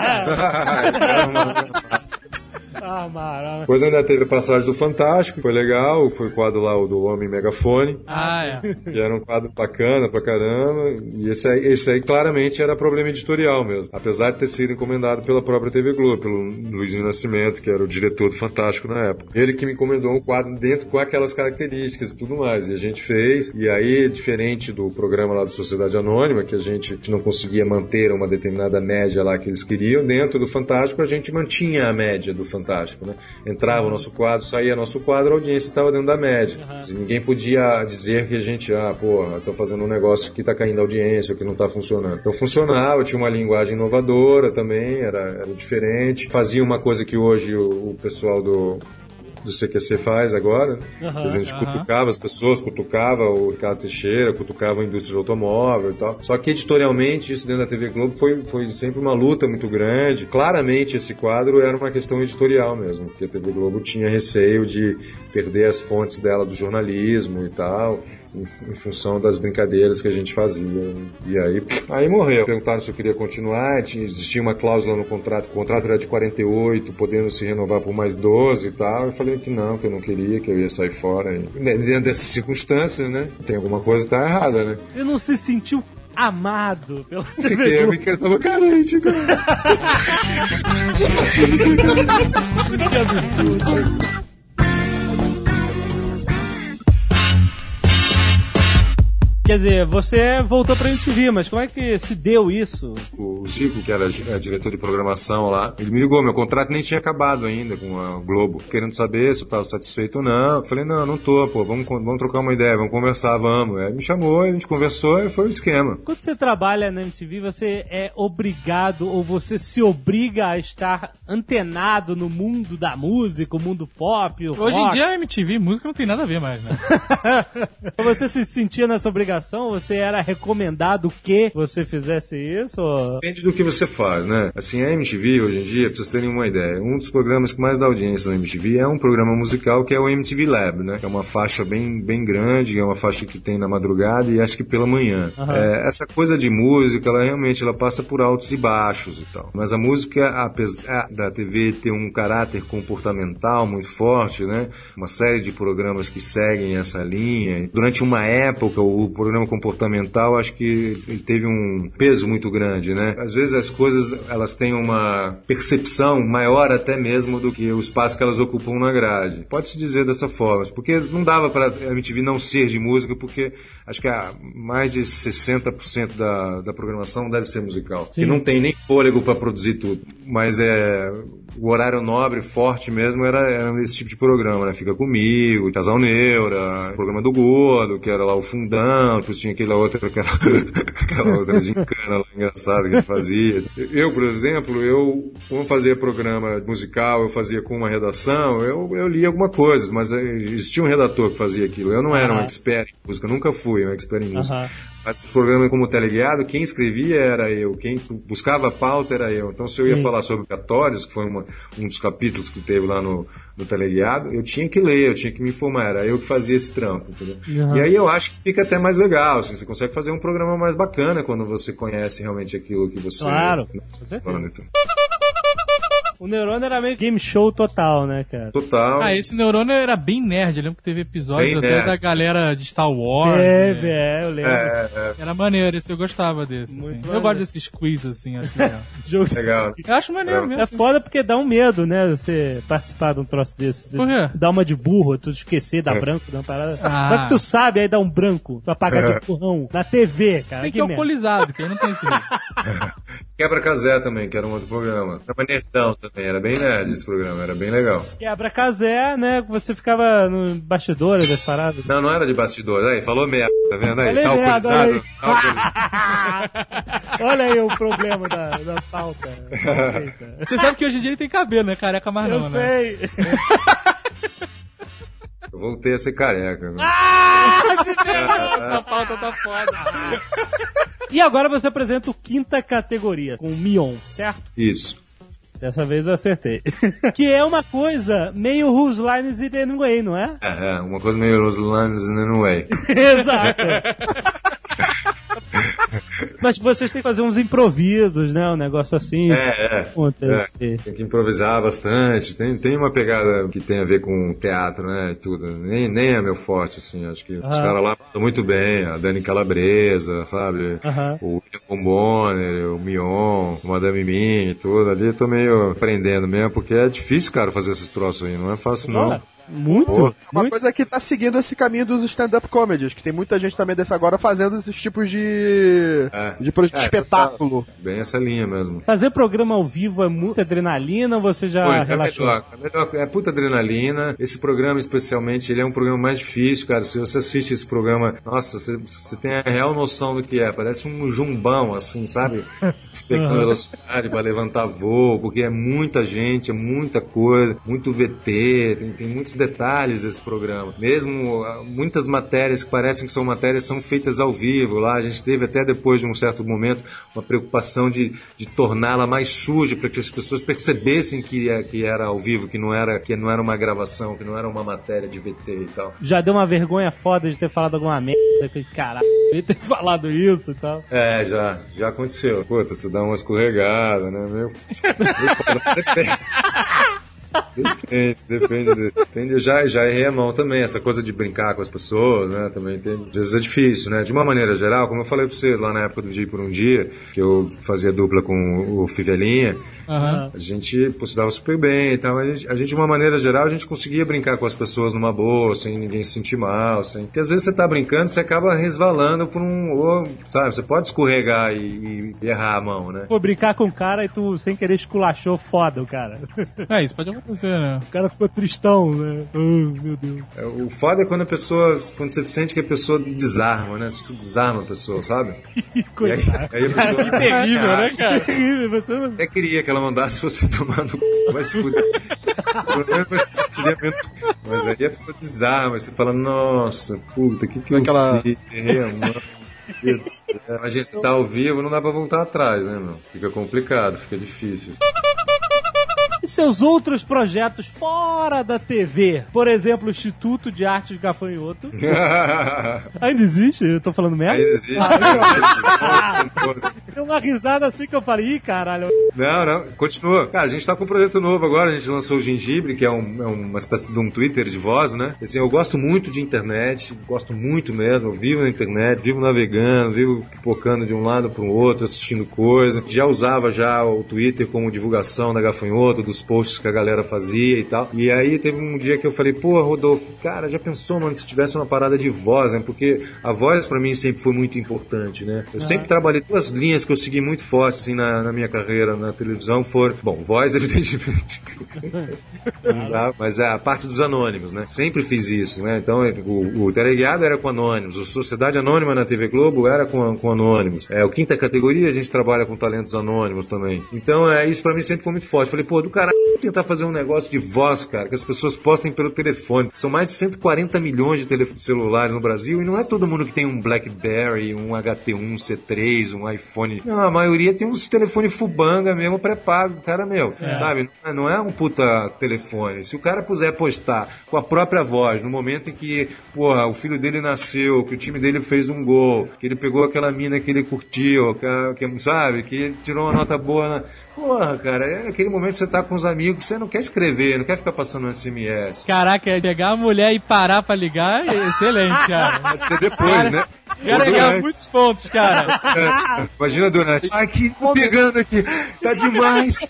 cara. Depois ainda teve a passagem do Fantástico, foi legal, foi o quadro lá do Homem Megafone. Que era um quadro bacana pra caramba. E esse aí claramente era problema editorial mesmo. Apesar de ter sido encomendado pela própria TV Globo, pelo Luizinho Nascimento, que era o diretor do Fantástico na época. Ele que me encomendou um quadro dentro com aquelas características e tudo mais. E a gente fez. E aí, diferente do programa lá do Sociedade Anônima, que a gente não conseguia manter uma determinada média lá que eles queriam, dentro do Fantástico a gente mantinha a média do Fantástico. Né? Entrava o nosso quadro, saía nosso quadro, a audiência estava dentro da média. Ninguém podia dizer que a gente, tô fazendo um negócio que tá caindo a audiência, ou que não tá funcionando. Então funcionava, tinha uma linguagem inovadora também, era diferente. Fazia uma coisa que hoje o pessoal do CQC faz agora, né? A gente cutucava as pessoas, cutucava o Ricardo Teixeira, cutucava a indústria de automóvel e tal. Só que editorialmente, isso dentro da TV Globo foi sempre uma luta muito grande. Claramente esse quadro era uma questão editorial mesmo, porque a TV Globo tinha receio de perder as fontes dela do jornalismo e tal, em função das brincadeiras que a gente fazia. E aí morreu. Perguntaram se eu queria continuar, existia uma cláusula no contrato, o contrato era de 48, podendo se renovar por mais 12 e tal. Eu falei que não queria, que eu ia sair fora. E, dentro dessas circunstâncias, né? Tem alguma coisa que tá errada, né? Eu não se sentiu amado pela TV Globo. Eu tava carente, cara. Que absurdo. Quer dizer, você voltou pra MTV, mas como é que se deu isso? O Zico, que era diretor de programação lá, ele me ligou, meu contrato nem tinha acabado ainda com a Globo, querendo saber se eu tava satisfeito ou não. Eu falei, não tô, vamos trocar uma ideia, vamos conversar, vamos. Aí me chamou, a gente conversou e foi o esquema. Quando você trabalha na MTV, você é obrigado, ou você se obriga a estar antenado no mundo da música, o mundo pop, o Hoje rock. em dia a MTV música não tem nada a ver mais, né? Você se sentia nessa obrigação? Você era recomendado que você fizesse isso? Ou... Depende do que você faz, né? Assim, a MTV hoje em dia, pra vocês terem uma ideia, um dos programas que mais dá audiência na MTV é um programa musical que é o MTV Lab, né? Que é uma faixa bem grande, é uma faixa que tem na madrugada e acho que pela manhã. Essa coisa de música, ela realmente passa por altos e baixos e tal. Mas a música, apesar da TV ter um caráter comportamental muito forte, né? Uma série de programas que seguem essa linha. Durante uma época, o programa comportamental, acho que ele teve um peso muito grande, né? Às vezes as coisas, elas têm uma percepção maior até mesmo do que o espaço que elas ocupam na grade. Pode-se dizer dessa forma, porque não dava para a MTV não ser de música, porque acho que mais de 60% da programação deve ser musical. Sim. E não tem nem fôlego para produzir tudo. Mas o horário nobre, forte mesmo, era esse tipo de programa, né? Fica Comigo, Casal Neura, o programa do Gordo, que era lá o Fundão, depois tinha aquela outra gincana lá engraçada que ele fazia. Eu, por exemplo, como fazia programa musical, eu fazia com uma redação, eu lia alguma coisa, mas existia um redator que fazia aquilo. Eu não era um expert em música, nunca fui um expert em música. Mas o programa como teleguiado, quem escrevia era eu, quem buscava a pauta era eu. Então, se eu ia falar sobre Católios, que foi um dos capítulos que teve lá no teleguiado, eu tinha que ler, eu tinha que me informar, era eu que fazia esse trampo, entendeu? E aí eu acho que fica até mais legal, assim, você consegue fazer um programa mais bacana quando você conhece realmente aquilo que você... Claro, com certeza. O Neurônio era meio game show total, né, cara? Total. Esse Neurônio era bem nerd. Eu lembro que teve episódios Bem até nerd. da galera de Star Wars. Eu lembro. Era maneiro, esse eu gostava desse. Muito Assim. maneiro. Eu gosto desses quiz, assim, acho legal. Legal. Eu acho maneiro mesmo. É foda porque dá um medo, né? Você participar de um troço desse. Por quê? Dá uma de burro, tu esquecer, dá branco, dá uma parada. Ah. Só que tu sabe, aí dá um branco, tu apagar de empurrão na TV, cara. Tem que ir alcoolizado, que eu não tenho esse risco. Quebra-Casé também, que era um outro programa. Era nerdão também, era bem nerd esse programa, era bem legal. Quebra-casé, né? Você ficava no bastidor das paradas. Não, não era de bastidor. Aí, falou merda, tá vendo aí? Falei Tá merda, alcoolizado. Olha aí o problema da pauta. Você sabe que hoje em dia ele tem cabelo, né? Careca mais Eu não, né? sei. Eu voltei a ser careca. Né? Essa pauta tá foda. E agora você apresenta o quinta categoria, com o Mion, certo? Isso. Dessa vez eu acertei. Que é uma coisa meio Whose Lines It Anyway, não é? É, uma coisa meio Los Lines in a Way. Exato. Mas vocês têm que fazer uns improvisos, né? Um negócio assim. Tem que improvisar bastante. Tem uma pegada que tem a ver com teatro, né? Tudo. Nem é meu forte, assim. Acho que os caras lá estão muito bem. A Dani Calabresa, sabe? O William Bonner, o Mion, o Madame Mim e tudo. Ali eu tô meio aprendendo mesmo, porque é difícil, cara, fazer esses troços aí. Não é fácil, não. Muito. Uma coisa que tá seguindo esse caminho dos stand-up comedies, que tem muita gente também desse agora fazendo esses tipos de espetáculo. Bem essa linha mesmo. Fazer programa ao vivo é muita adrenalina ou você já relaxou? É puta adrenalina. Esse programa, especialmente, ele é um programa mais difícil, cara. Se você assiste esse programa, nossa, você tem a real noção do que é. Parece um jumbão, assim, sabe? Pegando velocidade pra levantar voo, porque é muita gente, é muita coisa, muito VT, tem muitos detalhes esse programa. Mesmo muitas matérias que parecem que são matérias são feitas ao vivo. Lá a gente teve até depois de um certo momento uma preocupação de torná-la mais suja para que as pessoas percebessem que era ao vivo, que não era uma gravação, que não era uma matéria de VT e tal. Já deu uma vergonha foda de ter falado alguma merda, que caralho, de ter falado isso e tal. É, já aconteceu. Puta, você dá uma escorregada, né? Depende. Eu já errei a mão também, essa coisa de brincar com as pessoas, né? Também às vezes é difícil, né? De uma maneira geral, como eu falei pra vocês lá na época do Dia por um Dia, que eu fazia dupla com o Fivelinha, a gente se dava super bem e tal. A gente, de uma maneira geral, a gente conseguia brincar com as pessoas numa boa, sem ninguém se sentir mal, porque às vezes você tá brincando, você acaba resvalando por sabe? Você pode escorregar e errar a mão, né? Pô, brincar com o cara e tu, sem querer, esculachou foda o cara. Isso pode acontecer, né? O cara ficou tristão, né? Meu Deus. O foda é quando você sente que a pessoa desarma, né? Você desarma a pessoa, sabe? Coitado. Aí a pessoa... Que terrível, né, cara? Você não... Até queria que ela mandasse você tomar no c... Vai se fuder. Mas aí a pessoa desarma, você fala, nossa, puta, que eu fiz? Errei a mão. Imagina, se tá ao vivo, não dá pra voltar atrás, né, meu? Fica complicado, fica difícil. E seus outros projetos fora da TV? Por exemplo, o Instituto de Artes Gafanhoto. Ainda existe? Eu tô falando merda? Ainda existe. Deu uma risada assim que eu falei, ih, caralho. Não, continua. Cara, a gente tá com um projeto novo agora, a gente lançou o Gengibre, que é uma espécie de um Twitter de voz, né? Assim, eu gosto muito de internet, gosto muito mesmo, eu vivo na internet, vivo navegando, vivo pipocando de um lado pro outro, assistindo coisa. Já usava o Twitter como divulgação da Gafanhoto, dos posts que a galera fazia e tal. E aí teve um dia que eu falei, pô, Rodolfo, cara, já pensou, mano, se tivesse uma parada de voz, né? Porque a voz pra mim sempre foi muito importante, né? Eu sempre trabalhei, duas linhas que eu segui muito forte, assim, na minha carreira na televisão foram, bom, voz, evidentemente. Mas a parte dos anônimos, né? Sempre fiz isso, né? Então, o Teleguiado era com anônimos, o Sociedade Anônima na TV Globo era com anônimos. O Quinta Categoria a gente trabalha com talentos anônimos também. Então, isso pra mim sempre foi muito forte. Falei, pô, do caralho, tentar fazer um negócio de voz, cara, que as pessoas postem pelo telefone. São mais de 140 milhões de celulares no Brasil e não é todo mundo que tem um BlackBerry, um HT1, C3, um iPhone. Não, a maioria tem uns telefone fubanga mesmo pré-pago, cara, meu. Sabe? Não é um puta telefone telefone. Se o cara puser postar com a própria voz, no momento em que, porra, o filho dele nasceu, que o time dele fez um gol, que ele pegou aquela mina que ele curtiu, sabe, que ele tirou uma nota boa Porra, cara, é aquele momento que você tá com os amigos, você não quer escrever, não quer ficar passando no SMS. Caraca, pegar a mulher e parar pra ligar é excelente, cara. Até depois, cara, né? O cara ganha muitos pontos, cara. Imagina, Donante. Ai, que pegando aqui. Tá demais.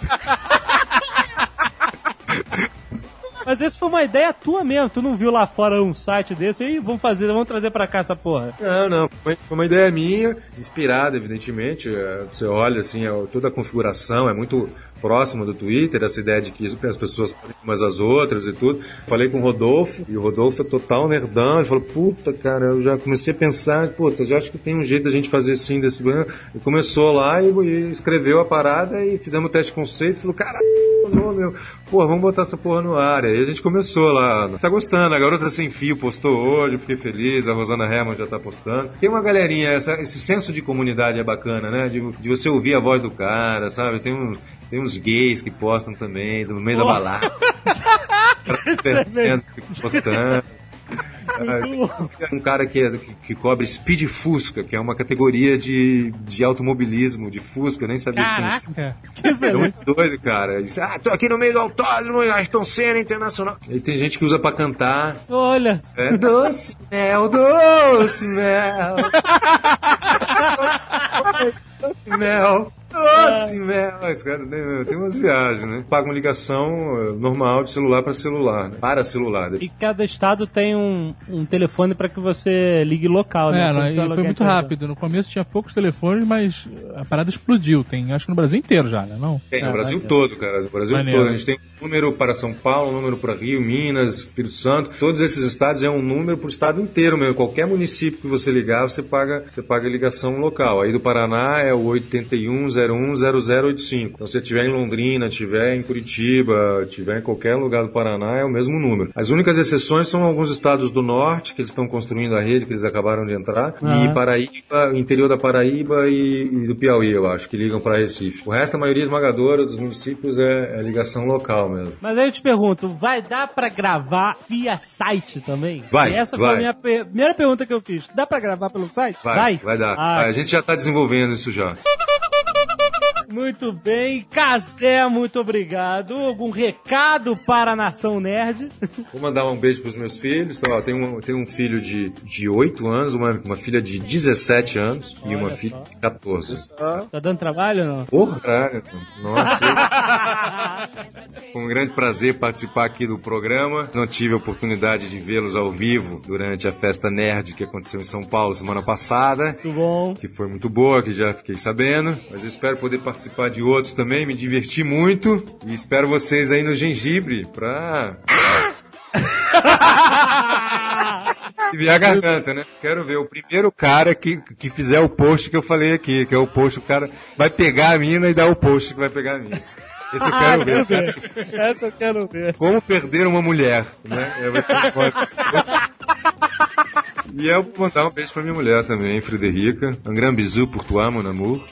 Mas essa foi uma ideia tua mesmo. Tu não viu lá fora um site desse aí? Vamos trazer pra cá essa porra. Não. Foi uma ideia minha, inspirada, evidentemente. Você olha, assim, toda a configuração é muito próxima do Twitter, essa ideia de que as pessoas podem umas às outras e tudo. Falei com o Rodolfo, e o Rodolfo é total nerdão. Ele falou, puta, cara, eu já comecei a pensar, puta, já acho que tem um jeito da gente fazer assim, desse... E começou lá e escreveu a parada e fizemos o teste de conceito. Falou, caralho, meu, porra, vamos botar essa porra no ar. Aí a gente começou lá. Tá gostando, a Garota Sem Fio postou hoje, fiquei feliz, a Rosana Herman já tá postando. Tem uma galerinha, esse senso de comunidade é bacana, né? De você ouvir a voz do cara, sabe? Tem uns gays que postam também, no meio da balada. Postando. Um cara que cobre Speed Fusca, que é uma categoria de automobilismo, de Fusca, eu nem sabia. Caraca, que é muito doido, cara. Ele disse, tô aqui no meio do autódromo, Ayrton Senna Internacional. E tem gente que usa pra cantar. Olha. Doce mel, doce mel. Doce mel. Doce mel. Esse cara tem umas viagens, né? Paga uma ligação normal de celular para celular, né? Para celular. E cada estado tem um telefone para que você ligue local, né? Foi muito rápido. No começo tinha poucos telefones, mas a parada explodiu. Tem, acho que no Brasil inteiro já, né? Não? Tem, no Brasil todo, cara. No Brasil todo. A gente tem um número para São Paulo, um número para Rio, Minas, Espírito Santo. Todos esses estados é um número pro estado inteiro mesmo. Qualquer município que você ligar, você paga a ligação local. Aí do Paraná é o 81010085. Então, se você estiver em Londrina, estiver em Curitiba, estiver em qualquer lugar do Paraná, é o mesmo número. As únicas exceções são alguns estados do norte, que eles estão construindo a rede, que eles acabaram de entrar, e Paraíba, interior da Paraíba e do Piauí, eu acho, que ligam para Recife. O resto, a maioria esmagadora dos municípios é ligação local mesmo. Mas aí eu te pergunto, vai dar para gravar via site também? Vai, essa foi a minha primeira pergunta que eu fiz. Dá para gravar pelo site? Vai dar. A gente já está desenvolvendo isso já. Muito bem, Cazé, muito obrigado. Algum recado para a Nação Nerd? Vou mandar um beijo pros meus filhos. Então, tenho um filho de 8 anos, uma filha de 17 anos e uma filha de 14. Tá dando trabalho ou não? Porra, caralho. Nossa. Foi um grande prazer participar aqui do programa. Não tive a oportunidade de vê-los ao vivo durante a festa nerd que aconteceu em São Paulo semana passada. Muito bom. Que foi muito boa, que já fiquei sabendo. Mas eu espero poder participar de outros também, me diverti muito e espero vocês aí no Gengibre pra... e a garganta, né? Quero ver o primeiro cara que fizer o post que eu falei aqui, que é o post, o cara vai pegar a mina e dar o post que vai pegar a mina. Esse eu quero ver. Essa eu quero ver. Como perder uma mulher, né? E eu vou mandar um beijo pra minha mulher também, Frederica. Um grand bisou pour toi, mon amour.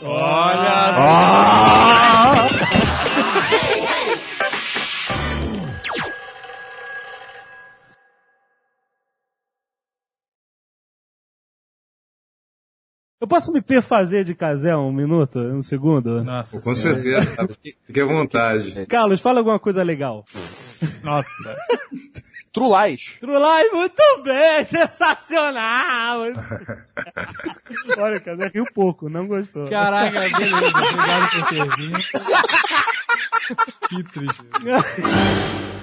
Olha! Eu posso me perfazer de Cazé um minuto, um segundo? Nossa, com certeza. Fique à vontade. Carlos, fala alguma coisa legal. Nossa. True Lies, muito bem, sensacional! Olha, o Cazé riu pouco, não gostou. Caraca, beleza, obrigado por ter vindo. Que triste.